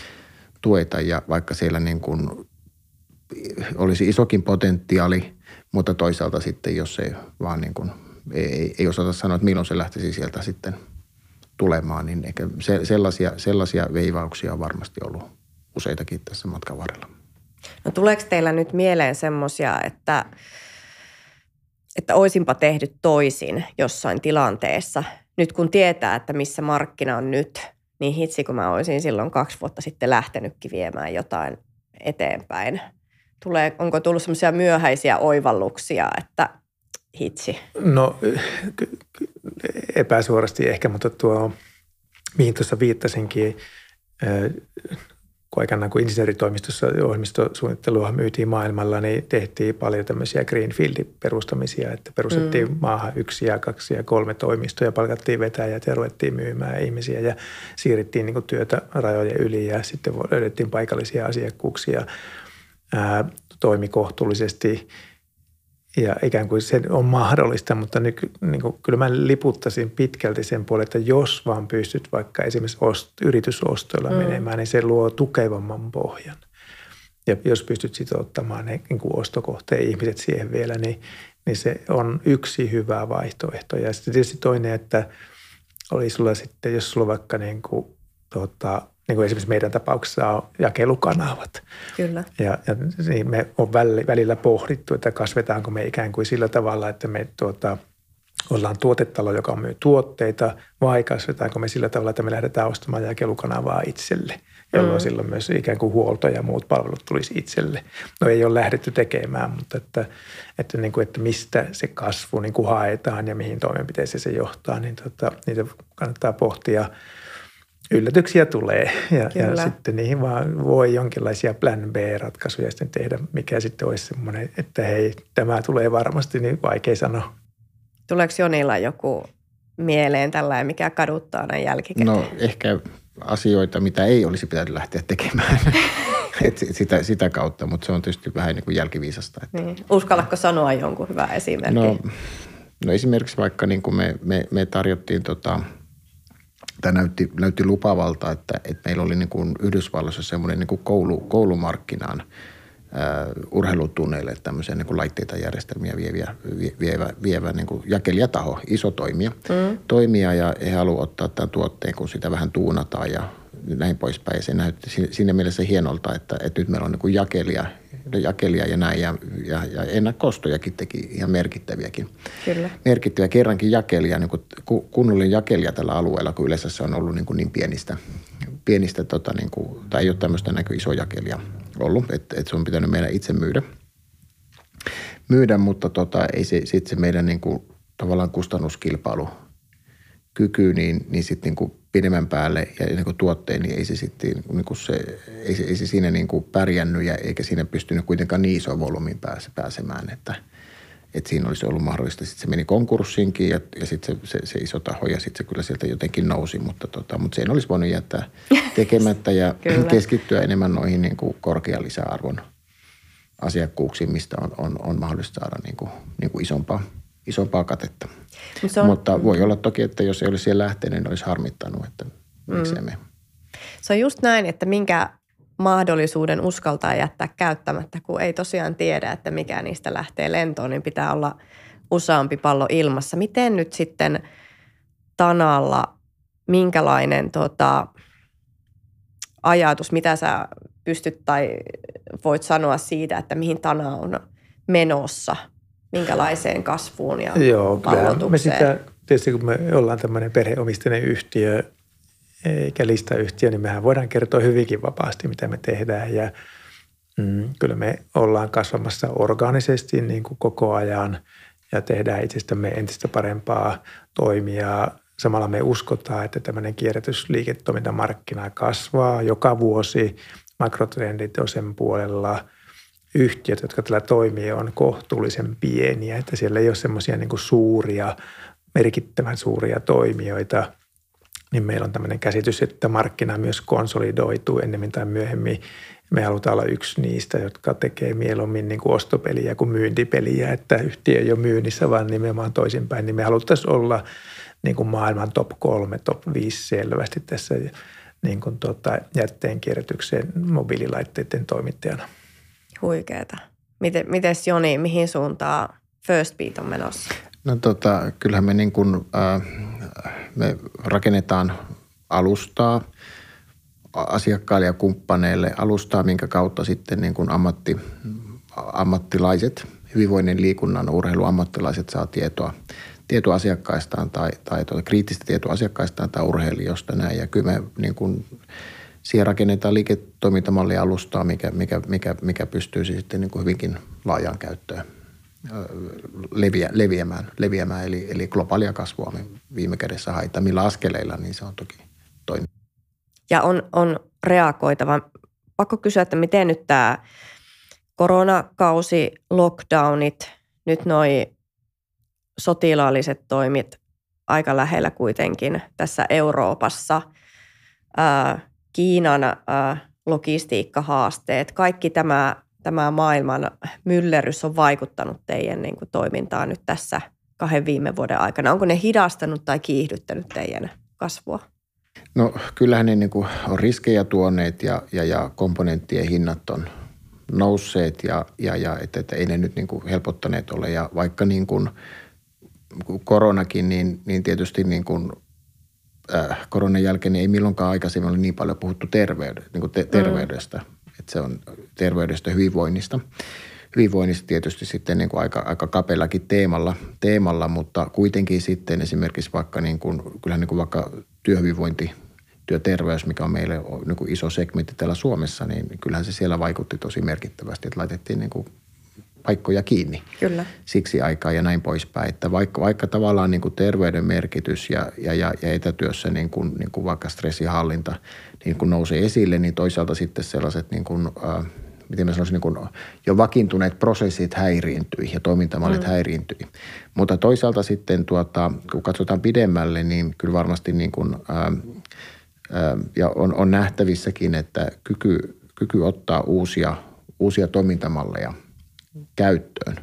tueta ja vaikka siellä niin kuin olisi isokin potentiaali, Mutta toisaalta sitten, jos ei vaan niin kuin, ei osata sanoa, että milloin se lähtisi sieltä sitten tulemaan, niin ehkä sellaisia veivauksia on varmasti ollut useitakin tässä matkan varrella. No tuleeko teillä nyt mieleen semmoisia, että olisinpa tehnyt toisin jossain tilanteessa? Nyt kun tietää, että missä markkina on nyt, niin hitsi kun mä olisin silloin 2 vuotta sitten lähtenytkin viemään jotain eteenpäin. Onko tullut semmoisia myöhäisiä oivalluksia, että hitsi? No epäsuorasti ehkä, mutta mihin tuossa viittasinkin, kun aikanaan kun insinööritoimistossa ohjelmistosuunnittelua myytiin maailmalla, niin tehtiin paljon tämmöisiä greenfieldin perustamisia, että perustettiin maahan 1 ja 2 ja 3 toimistoja, palkattiin vetäjät ja ruvettiin myymään ihmisiä ja siirrettiin niin kuin työtä rajojen yli ja sitten löydettiin paikallisia asiakkuuksia, toimi kohtuullisesti ja ikään kuin se on mahdollista, mutta niin kuin, kyllä mä liputtaisin pitkälti sen puolelle, että jos vaan pystyt vaikka esimerkiksi yritysostoilla menemään, niin se luo tukevamman pohjan. Ja jos pystyt sitouttamaan ne niin kuin ostokohteen ihmiset siihen vielä, niin se on yksi hyvä vaihtoehto. Ja sitten tietysti toinen, että oli sulla sitten, jos sulla vaikka niin kuin esimerkiksi meidän tapauksessa on jakelukanavat. Kyllä. Ja niin me on välillä pohdittu, että kasvetaanko me ikään kuin sillä tavalla, että me ollaan tuotetalo, joka myy tuotteita, vai kasvetaanko me sillä tavalla, että me lähdetään ostamaan jakelukanavaa itselle, jolloin silloin myös ikään kuin huolto ja muut palvelut tulisi itselle. No ei ole lähdetty tekemään, mutta että mistä se kasvu niin kuin haetaan ja mihin toimenpiteeseen se johtaa, niin niitä kannattaa pohtia. Yllätyksiä tulee ja sitten niihin vaan voi jonkinlaisia plan B-ratkaisuja sitten tehdä, mikä sitten olisi semmoinen, että hei, tämä tulee varmasti, niin vaikea sanoa. Tuleeko Jonilla joku mieleen tällainen, mikä kaduttaa näin jälkikäteen? No ehkä asioita, mitä ei olisi pitänyt lähteä tekemään sitä kautta, mutta se on tietysti vähän niin kuin jälkiviisasta. Että. Niin. Uskallatko sanoa jonkun hyvän esimerkin? No esimerkiksi vaikka niin kuin me tarjottiin tämä näytti lupavalta, että meillä oli niin kuin Yhdysvalloissa semmoinen niin kuin koulumarkkinaan urheilutunneille tämmöisiä niin kuin laitteita järjestelmiä vievä niin kuin jakelijataho, iso toimija ja he haluavat ottaa tämän tuotteen, kun sitä vähän tuunataan ja näin poispäin. Ja se näytti siinä mielessä hienolta, että nyt meillä on niin kuin jakelija ja näin ja ennakko-ostojakin teki ihan merkittäviäkin. Kyllä. Merkittäviä kerrankin jakelija, niin kuin kunnollinen jakelija tällä alueella, kun yleensä se on ollut niin pienistä niin kuin, tai ei ole tämmöistä iso jakelija ollut, että se on pitänyt meidän itse myydä, mutta ei sitten se meidän niin kuin, tavallaan kustannuskilpailukyky, niin sitten niin kuin pidemmän päälle ja niin kuin tuotteen, niin ei se sitten niin kuin ei se siinä niin kuin pärjännyt ja eikä siinä pystynyt kuitenkaan niin isoon volyymiin pääsemään, että siinä olisi ollut mahdollista. Sitten se meni konkurssiinkin ja sitten se iso taho ja sitten se kyllä sieltä jotenkin nousi, mutta sen olisi voinut jättää tekemättä ja keskittyä enemmän noihin niin kuin korkean lisäarvon asiakkuuksiin, mistä on mahdollista saada niin kuin isompaa katetta. Mutta voi olla toki, että jos ei olisi siellä lähtenyt, niin olisi harmittanut, että miksei me. Se on just näin, että minkä mahdollisuuden uskaltaa jättää käyttämättä, kun ei tosiaan tiedä, että mikä niistä lähtee lentoon, niin pitää olla useampi pallo ilmassa. Miten nyt sitten Tanalla, minkälainen ajatus, mitä sä pystyt tai voit sanoa siitä, että mihin Tana on menossa, minkälaiseen kasvuun ja vallotukseen? Me sitä, tietysti kun me ollaan tämmöinen perheomisteinen yhtiö, eikä listayhtiö, niin mehän voidaan kertoa hyvinkin vapaasti, mitä me tehdään. Ja kyllä me ollaan kasvamassa orgaanisesti niin kuin koko ajan ja tehdään itsestämme entistä parempaa toimia. Samalla me uskotaan, että tämmöinen kierrätysliiketoimintamarkkina kasvaa joka vuosi. Makrotrendit on sen puolella. Yhtiöt, jotka tällä toimii, on kohtuullisen pieniä, että siellä ei ole semmoisia niin kuin suuria, merkittävän suuria toimijoita. Niin meillä on tämmöinen käsitys, että markkina myös konsolidoituu ennemmin tai myöhemmin. Me halutaan olla yksi niistä, jotka tekee mieluummin niin kuin ostopeliä kuin myyntipeliä, että yhtiö ei ole myynnissä, vaan nimenomaan toisinpäin. Niin me haluttaisiin olla niin kuin maailman top 3, top 5 selvästi tässä niin kuin jätteen kierrätyksen mobiililaitteiden toimittajana. Huikeeta. Mites Joni, mihin suuntaan First Beat on menossa? No kyllähän me me rakennetaan alustaa asiakkaille ja kumppaneille, alustaa, minkä kautta sitten niin kuin ammattilaiset, hyvinvoinnin, liikunnan, urheiluammattilaiset saa tietoa asiakkaistaan tai kriittistä tietoa asiakkaistaan tai urheilijoista näin. Ja kyllä me niin kuin siihen rakennetaan liiketoimintamallia alustaa, mikä pystyy sitten niin kuin hyvinkin laajaan käyttöön leviämään. Eli globaalia kasvua me viime kädessä haetaan. Millä askeleilla, niin se on toki toinen. Ja on reagoitava. Pakko kysyä, että miten nyt tämä koronakausi, lockdownit, nyt noi sotilaalliset toimit aika lähellä kuitenkin tässä Euroopassa, Kiinan logistiikkahaasteet, kaikki tämä maailman myllerrys on vaikuttanut teidän niin kuin toimintaan nyt tässä 2 viime vuoden aikana. Onko ne hidastanut tai kiihdyttänyt teidän kasvua? No kyllähän ne niin kuin on riskejä tuoneet ja komponenttien hinnat on nousseet ja että ei ne nyt niin kuin helpottaneet ole. Ja vaikka niin kuin koronakin, niin tietysti niin kuin koronan jälkeen niin ei milloinkaan aikaisemmin ole niin paljon puhuttu terveydestä. Että se on terveydestä hyvinvoinnista. Hyvinvoinnista tietysti sitten niin kuin aika kapeallakin teemalla, mutta kuitenkin sitten esimerkiksi vaikka niin kuin, kyllähän niin kuin vaikka työhyvinvointi, työterveys, mikä on meille niin kuin iso segmentti täällä Suomessa, niin kyllähän se siellä vaikutti tosi merkittävästi, että laitettiin niin kuin paikkoja kiinni. Kyllä. Siksi aikaa ja näin poispäin. Että vaikka tavallaan niin kuin terveyden merkitys ja etätyössä niin kuin vaikka stressinhallinta niin kuin nousee esille, niin toisaalta sitten sellaiset niin kuin, miten mä sanoisin, niin kuin jo vakiintuneet prosessit häiriintyi ja toimintamallit häiriintyi. Mutta toisaalta sitten kun katsotaan pidemmälle, niin kyllä varmasti niin kuin, ja on nähtävissäkin, että kyky ottaa uusia toimintamalleja käyttöön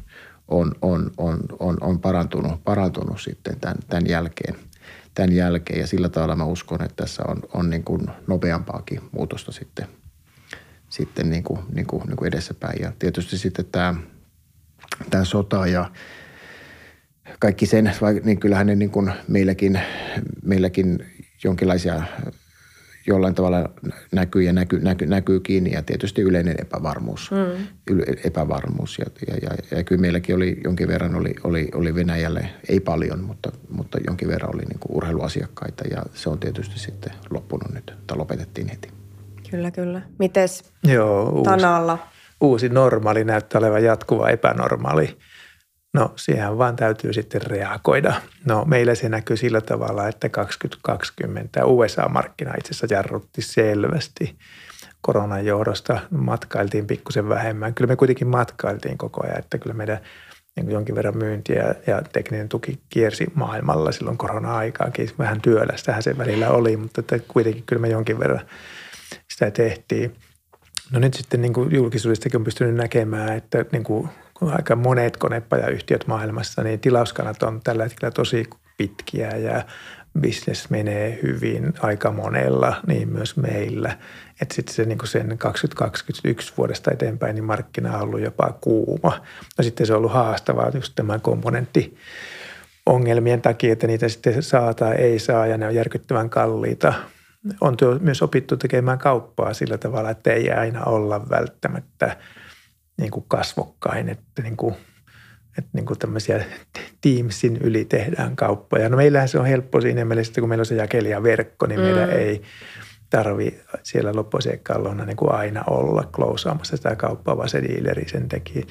on parantunut sitten tämän jälkeen. Ja sillä tavalla mä uskon, että tässä on niin kuin nopeampaakin muutosta sitten niin kuin edessäpäin. Ja tietysti sitten tämä sota ja kaikki sen, niin kyllähän ne niin kuin meilläkin jonkinlaisia jollain tavalla näkyy ja näkyykin ja tietysti yleinen epävarmuus. Ja kyllä meilläkin oli jonkin verran oli Venäjälle, ei paljon, mutta jonkin verran oli niin kuin urheiluasiakkaita ja se on tietysti sitten loppunut nyt, tai lopetettiin heti. Kyllä. Mites Tanalla? Uusi normaali näyttää olevan jatkuva epänormaali. No siihen vaan täytyy sitten reagoida. No meillä se näkyy sillä tavalla, että 2020 USA-markkina itse asiassa jarrutti selvästi. Koronan johdosta matkailtiin pikkusen vähemmän. Kyllä me kuitenkin matkailtiin koko ajan, että kyllä meidän niin jonkin verran myyntiä ja tekninen tuki kiersi maailmalla silloin korona-aikaakin. Vähän työlästähän se välillä oli, mutta että kuitenkin kyllä me jonkin verran sitä tehtiin. No nyt sitten niin kuin julkisuudestakin on pystynyt näkemään, että niin kuin aika monet konepajayhtiöt maailmassa, niin tilauskannat on tällä hetkellä tosi pitkiä ja business menee hyvin aika monella, niin myös meillä. Että sitten se niin kuin sen 2021 vuodesta eteenpäin, niin markkina on ollut jopa kuuma. No sitten se on ollut haastavaa just tämän komponenttiongelmien takia, että niitä sitten saa tai ei saa ja ne on järkyttävän kalliita. On myös opittu tekemään kauppaa sillä tavalla, että ei aina olla välttämättä niin kuin kasvokkain, että niin kuin tämmöisiä Teamsin yli tehdään kauppoja. No meillähän se on helppo siinä mielessä, kun meillä on se jakelijaverkko, niin meidän ei tarvi siellä loppuasiakkaalla niin kuin aina olla klousaamassa sitä kauppaa, vaan se dealeri sen teki.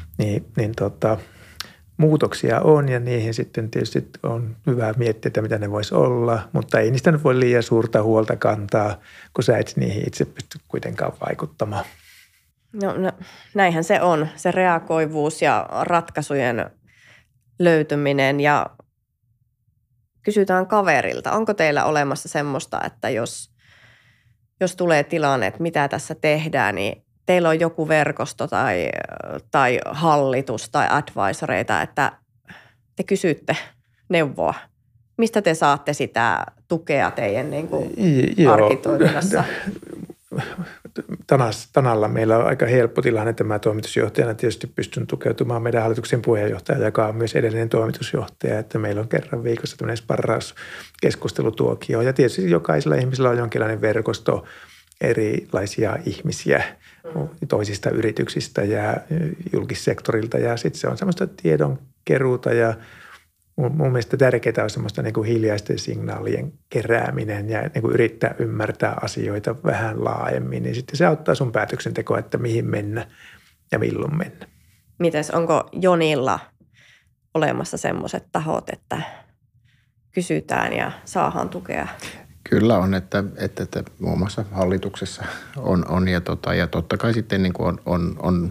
Muutoksia on ja niihin sitten tietysti on hyvä miettiä, että mitä ne voisi olla, mutta ei niistä nyt voi liian suurta huolta kantaa, kun sä et niihin itse pysty kuitenkaan vaikuttamaan. No näinhän se on, se reagoivuus ja ratkaisujen löytyminen ja kysytään kaverilta. Onko teillä olemassa semmoista, että jos tulee tilanne, että mitä tässä tehdään, niin teillä on joku verkosto tai hallitus tai advisoreita, että te kysytte neuvoa. Mistä te saatte sitä tukea teidän niin kuin arkitoiminnassa? Tanalla meillä on aika helppo tilanne, että mä toimitusjohtajana tietysti pystyn tukeutumaan meidän hallituksen puheenjohtaja, joka on myös edellinen toimitusjohtaja, että meillä on kerran viikossa tämmöinen sparrauskeskustelutuokio. Ja tietysti jokaisella ihmisellä on jonkinlainen verkosto erilaisia ihmisiä toisista yrityksistä ja julkissektorilta. Ja sitten se on semmoista tiedonkeruuta ja mun mielestä tärkeää on semmoista niin kuin hiljaisten signaalien kerääminen ja niin kuin yrittää ymmärtää asioita vähän laajemmin. Niin sitten se auttaa sun päätöksentekoa, että mihin mennä ja milloin mennä. Mites, onko Jonilla olemassa semmoiset tahot, että kysytään ja saadaan tukea? Kyllä on, että muun muassa hallituksessa on ja totta kai sitten niin kuin on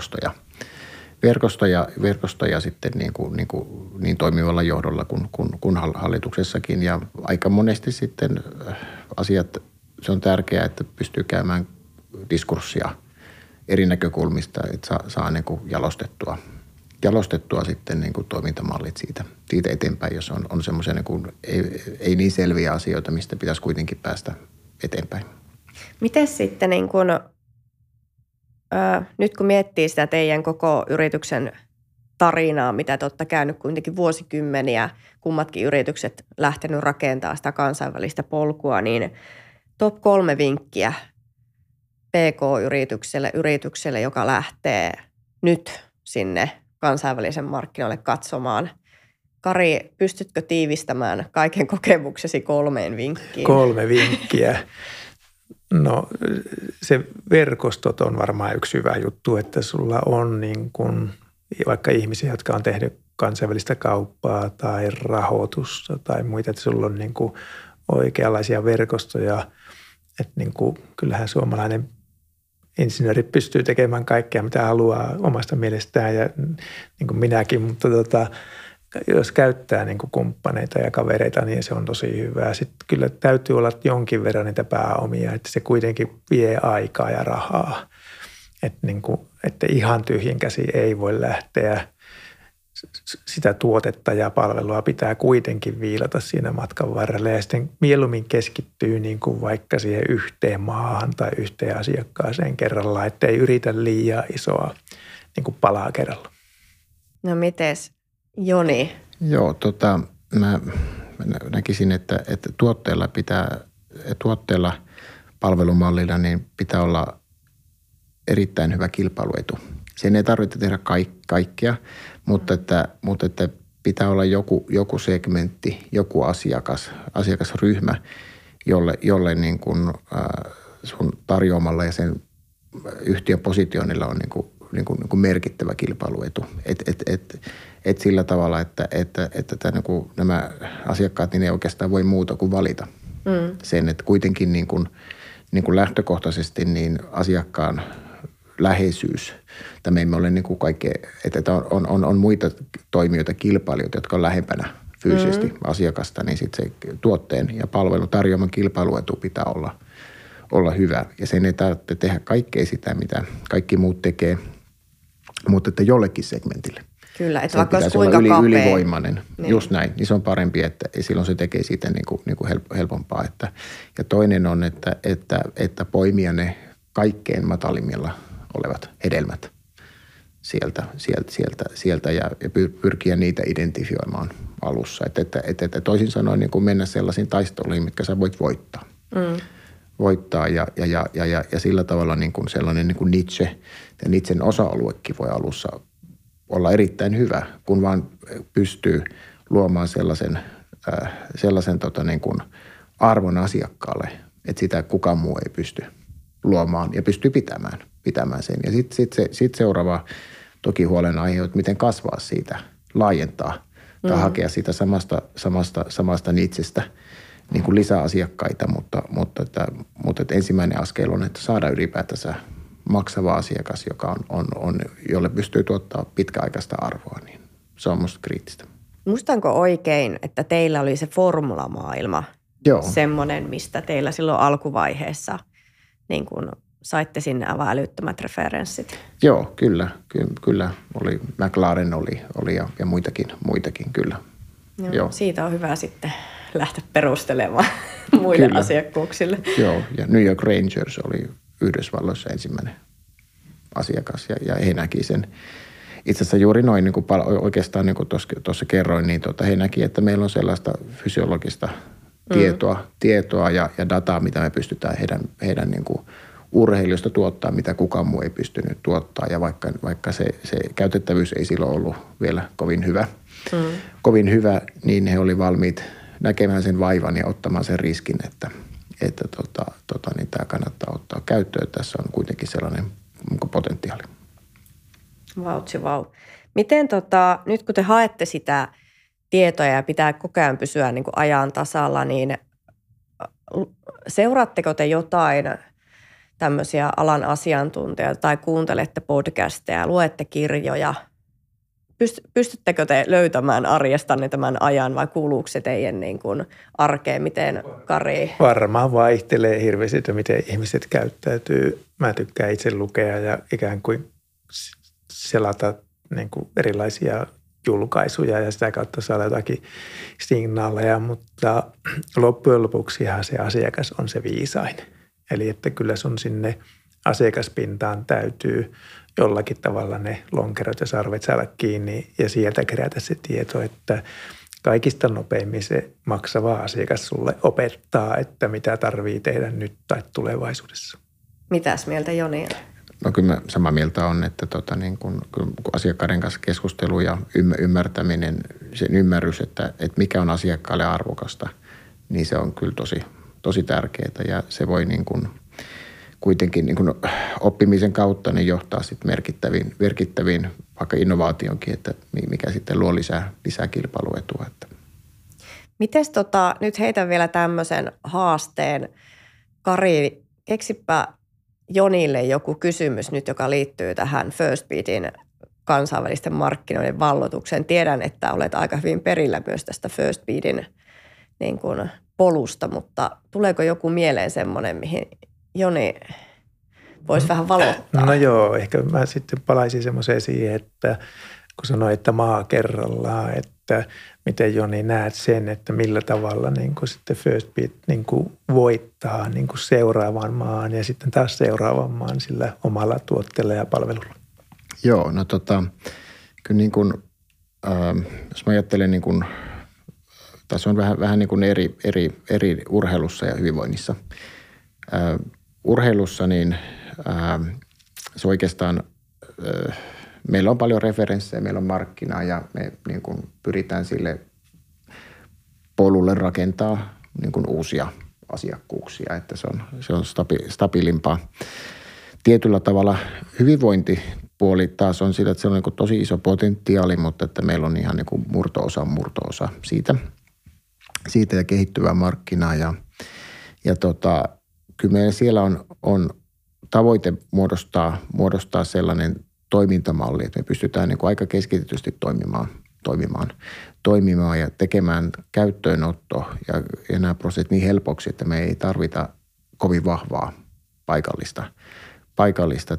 verkostoja sitten niin toimivalla johdolla kuin hallituksessakin. Ja aika monesti sitten asiat, se on tärkeää, että pystyy käymään diskurssia eri näkökulmista, että saa niin kuin jalostettua sitten niin kuin toimintamallit siitä eteenpäin, jos on semmoisia niin kuin ei niin selviä asioita, mistä pitäisi kuitenkin päästä eteenpäin. Miten sitten niin kuin nyt kun miettii sitä teidän koko yrityksen tarinaa, mitä te olette käynyt kuitenkin vuosikymmeniä, kummatkin yritykset lähtenyt rakentamaan sitä kansainvälistä polkua, niin top 3 vinkkiä PK-yritykselle, joka lähtee nyt sinne kansainvälisen markkinoille katsomaan. Kari, pystytkö tiivistämään kaiken kokemuksesi 3 vinkkiin? 3 vinkkiä. No se verkostot on varmaan yksi hyvä juttu, että sulla on niin kuin vaikka ihmisiä, jotka on tehnyt kansainvälistä kauppaa tai rahoitusta tai muita, että sulla on niin kuin oikeanlaisia verkostoja. Että niin kuin, kyllähän suomalainen insinööri pystyy tekemään kaikkea, mitä haluaa omasta mielestään ja niin kuin minäkin, mutta jos käyttää niin kuin kumppaneita ja kavereita, niin se on tosi hyvää. Sitten kyllä täytyy olla jonkin verran niitä pääomia, että se kuitenkin vie aikaa ja rahaa. Että ihan tyhjin käsi ei voi lähteä. Sitä tuotetta ja palvelua pitää kuitenkin viilata siinä matkan varrella ja sitten mieluummin keskittyy niin kuin vaikka siihen yhteen maahan tai yhteen asiakkaaseen kerrallaan, ettei yritä liian isoa niin kuin palaa kerralla. No mites Joni? Joo, mä näkisin, että tuotteella palvelumallilla niin pitää olla erittäin hyvä kilpailuetu. Sen ei tarvitse tehdä kaikkea, mutta että pitää olla joku segmentti, joku asiakasryhmä, jolle niin kuin, sun tarjoamalla ja sen yhtiön positionilla on niin kuin merkittävä kilpailuetu. Et sillä tavalla, että niin kuin nämä asiakkaat niin ei oikeastaan voi muuta kuin valita sen, että kuitenkin niin kuin lähtökohtaisesti niin asiakkaan läheisyys. Tämä emme ole niin kuin kaikkea, että on muita toimijoita, kilpailijoita, jotka on lähempänä fyysisesti asiakasta, niin sitten se tuotteen ja palvelun tarjoaman kilpailuetu pitää olla hyvä. Ja sen ei tarvitse tehdä kaikkea sitä, mitä kaikki muut tekee, mutta että jollekin segmentille. Kyllä, että sen vaikka olisi kuinka kapea. Ylivoimainen. Niin. Just näin. Niin se on parempi, että silloin se tekee siitä niin kuin helpompaa. Ja toinen on, että poimia ne kaikkein matalimmilla olevat hedelmät sieltä ja pyrkiä niitä identifioimaan alussa. Että toisin sanoen niin kuin mennä sellaisiin taisteluihin, mitkä sä voit voittaa. Voittaa ja sillä tavalla niin kuin sellainen niin kuin niche ja nichen osa-aluekin voi alussa olla erittäin hyvä, kun vaan pystyy luomaan sellaisen niin kuin arvon asiakkaalle, että sitä kukaan muu ei pysty luomaan ja pystyy pitämään sen. Ja sitten seuraava toki huolenaihe, että miten kasvaa siitä, laajentaa tai hakea siitä samasta nichestä niin kuin lisää asiakkaita, mutta että ensimmäinen askel on, että saada ylipäätänsä maksava asiakas, joka jolle pystyy tuottaa pitkäaikaista arvoa, niin se on musta kriittistä. Muistanko oikein, että teillä oli se formulamaailma, semmoinen, mistä teillä silloin alkuvaiheessa niin kun saitte sinne aivan älyttömät referenssit? Joo, kyllä. Oli, McLaren oli ja muitakin kyllä. Joo. Siitä on hyvä sitten lähteä perustelemaan muille asiakkuuksille. Joo, ja New York Rangers Yhdysvalloissa ensimmäinen asiakas ja he näki sen. Itse asiassa juuri noin, niin kuin oikeastaan niin kuin tuossa kerroin, niin he näki, että meillä on sellaista fysiologista tietoa ja dataa, mitä me pystytään heidän niin kuin urheilijoista tuottaa, mitä kukaan muu ei pystynyt tuottaa. Ja vaikka se käytettävyys ei silloin ollut vielä kovin hyvä, niin he oli valmiit näkemään sen vaivan ja ottamaan sen riskin, että niin tämä kannattaa ottaa käyttöön. Tässä on kuitenkin sellainen potentiaali. Vau. Miten nyt kun te haette sitä tietoa ja pitää koko ajan pysyä niin kuin ajan tasalla, niin seuraatteko te jotain tämmöisiä alan asiantuntijoita tai kuuntelette podcasteja, luette kirjoja? Pystyttekö te löytämään arjestanne tämän ajan vai kuuluuko se teidän niin kuin arkeen? Miten, Kari? Varmaan vaihtelee hirveästi, että miten ihmiset käyttäytyy. Mä tykkään itse lukea ja ikään kuin selata niin kuin erilaisia julkaisuja ja sitä kautta saada jotakin signaaleja, mutta loppujen lopuksihan se asiakas on se viisain. Eli että kyllä sun sinne asiakaspintaan täytyy jollakin tavalla ne lonkerot ja sarvet saada kiinni ja sieltä kerätä se tieto, että kaikista nopeimmin se maksava asiakas sulle opettaa, että mitä tarvii tehdä nyt tai tulevaisuudessa. Mitäs mieltä Joni? No kyllä mä samaa mieltä on, että niin kun asiakkaiden kanssa keskustelu ja ymmärtäminen, sen ymmärrys, että mikä on asiakkaalle arvokasta, niin se on kyllä tosi tärkeää ja se voi niin kun kuitenkin niin kun oppimisen kautta niin johtaa sitten merkittäviin vaikka innovaationkin, että mikä sitten luo lisää kilpailuetua. Mites nyt heitän vielä tämmöisen haasteen. Kari, keksipä Jonille joku kysymys nyt, joka liittyy tähän Firstbeatin kansainvälisten markkinoiden vallotukseen. Tiedän, että olet aika hyvin perillä myös tästä Firstbeatin niin kuin polusta, mutta tuleeko joku mieleen semmoinen, mihin Joni voisi vähän valottaa? No joo, ehkä mä sitten palaisin semmoiseen siihen, että kun sanoin, että maa kerrallaan, että miten Joni näet sen, että millä tavalla niin kuin sitten Firstbeat niin kuin voittaa niin kuin seuraavan maan ja sitten taas seuraavan maan sillä omalla tuotteella ja palvelulla. Joo, no kyllä niin kuin, jos mä ajattelen niin kuin, tässä on vähän niin kuin eri urheilussa ja hyvinvoinnissa. Urheilussa niin se oikeastaan, meillä on paljon referenssejä, meillä on markkinaa ja me niin kuin pyritään sille polulle rakentaa niin kuin uusia asiakkuuksia, että se on stabiilimpaa. Tietyllä tavalla hyvinvointipuoli taas on sillä, että se on niin kuin tosi iso potentiaali, mutta että meillä on ihan niin kuin murto-osa siitä ja kehittyvää markkinaa ja kyllä meillä siellä on tavoite muodostaa sellainen toimintamalli, että me pystytään niin kuin aika keskitetysti toimimaan ja tekemään käyttöönotto ja nämä prosessit niin helpoksi, että me ei tarvita kovin vahvaa paikallista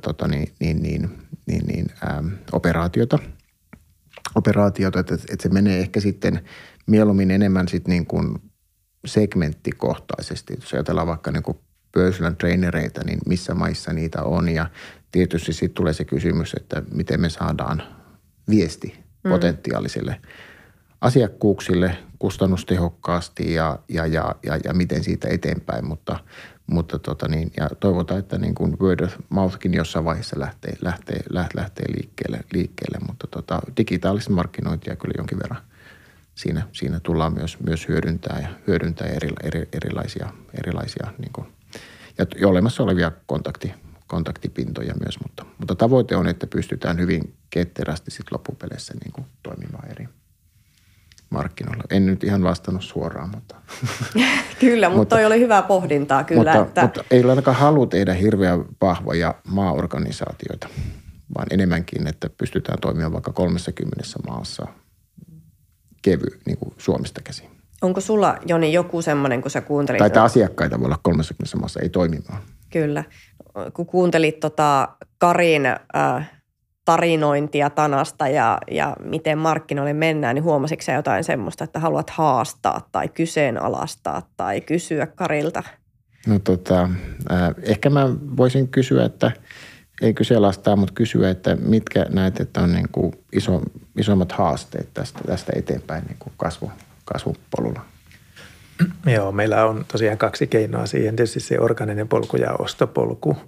operaatiota, että se menee ehkä sitten mieluummin enemmän sitten niin kuin segmenttikohtaisesti. Jos ajatellaan vaikka niin kuin personal trainereita, niin missä maissa niitä on ja tietysti sitten tulee se kysymys, että miten me saadaan viesti potentiaalisille asiakkuuksille kustannustehokkaasti ja miten siitä eteenpäin, mutta ja toivotaan, että niin kuin word of mouthkin jossain vaiheessa lähtee liikkeelle, mutta digitaalista markkinointia kyllä jonkin verran siinä tullaan myös hyödyntää erilaisia niin kuin, ja olemassa olevia kontaktipintoja myös, mutta tavoite on, että pystytään hyvin ketterästi sit loppupeleissä niin kuin toimimaan eri markkinoilla. En nyt ihan vastannut suoraan, mutta Kyllä, mutta toi oli hyvää pohdintaa kyllä. Mutta ei ole ainakaan halua tehdä hirveän vahvoja maaorganisaatioita, vaan enemmänkin, että pystytään toimimaan vaikka 30 maassa niin kuin Suomesta käsin. Onko sulla, Joni, joku semmoinen, kun sä kuuntelit? Tai asiakkaita voi olla 30 maassa, ei toimimaan. Kyllä. Kun kuuntelit Karin tarinointia Tanasta ja miten markkinoille mennään, niin huomasitko sä jotain semmoista, että haluat haastaa tai kyseenalaistaa tai kysyä Karilta? No ehkä mä voisin kysyä, että ei kyseenalaistaa, mutta kysyä, että mitkä näet, että on niin kuin isommat haasteet tästä eteenpäin niin kuin kasvupolulla? Joo, meillä on tosiaan 2 keinoa siihen. Tietysti se orgaaninen polku ja ostopolku.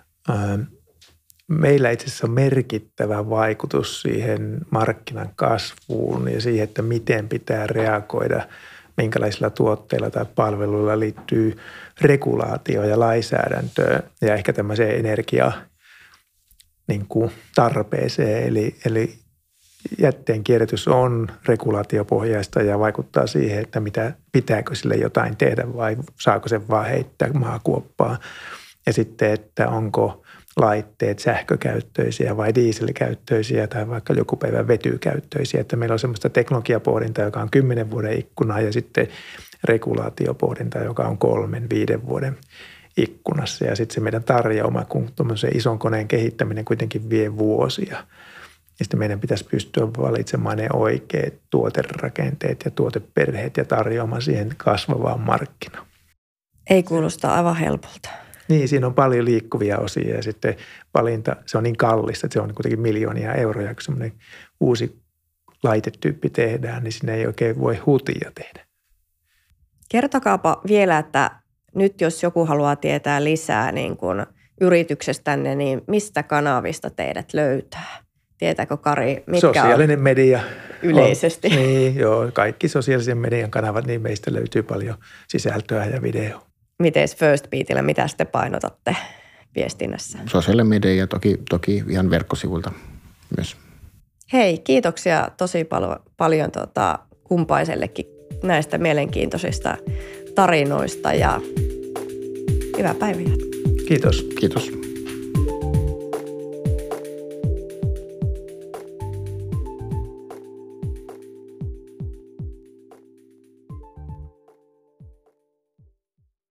Meillä itse asiassa on merkittävä vaikutus siihen markkinan kasvuun ja siihen, että miten pitää reagoida, minkälaisilla tuotteilla tai palveluilla liittyy regulaatio ja lainsäädäntöön ja ehkä tämmöiseen energia niin kuin tarpeeseen. Eli jätteen kierrätys on regulaatiopohjaista ja vaikuttaa siihen, että pitääkö sille jotain tehdä vai saako sen vaan heittää maakuoppaan. Ja sitten, että onko laitteet sähkökäyttöisiä vai dieselkäyttöisiä tai vaikka joku päivä vetykäyttöisiä. Että meillä on semmoista teknologiapohdintaa, joka on 10 vuoden ikkuna ja sitten regulaatiopohdinta, joka on 3-5 vuoden ikkunassa. Ja sitten se meidän tarjoama, kun tuommoisen ison koneen kehittäminen kuitenkin vie vuosia. Ja sitten meidän pitäisi pystyä valitsemaan ne oikeat tuoterakenteet ja tuoteperheet ja tarjoamaan siihen kasvavaan markkinaan. Ei kuulosta aivan helpolta. Niin, siinä on paljon liikkuvia osia ja sitten valinta, se on niin kallista, että se on kuitenkin miljoonia euroja, kun semmoinen uusi laitetyyppi tehdään, niin sinne ei oikein voi hutia tehdä. Kertokaapa vielä, että nyt jos joku haluaa tietää lisää niin kuin yrityksestänne, niin mistä kanavista teidät löytää? Tietääkö Kari, mitkä sosiaalinen media yleisesti? Niin, joo, kaikki sosiaalisen median kanavat, niin meistä löytyy paljon sisältöä ja videoa. Miten Firstbeatillä, mitä te painotatte viestinnässä? Sosiaalinen media ja toki ihan verkkosivuilta myös. Hei, kiitoksia tosi paljon kumpaisellekin näistä mielenkiintoisista tarinoista ja hyvää päivänjatkoa. Kiitos. Kiitos.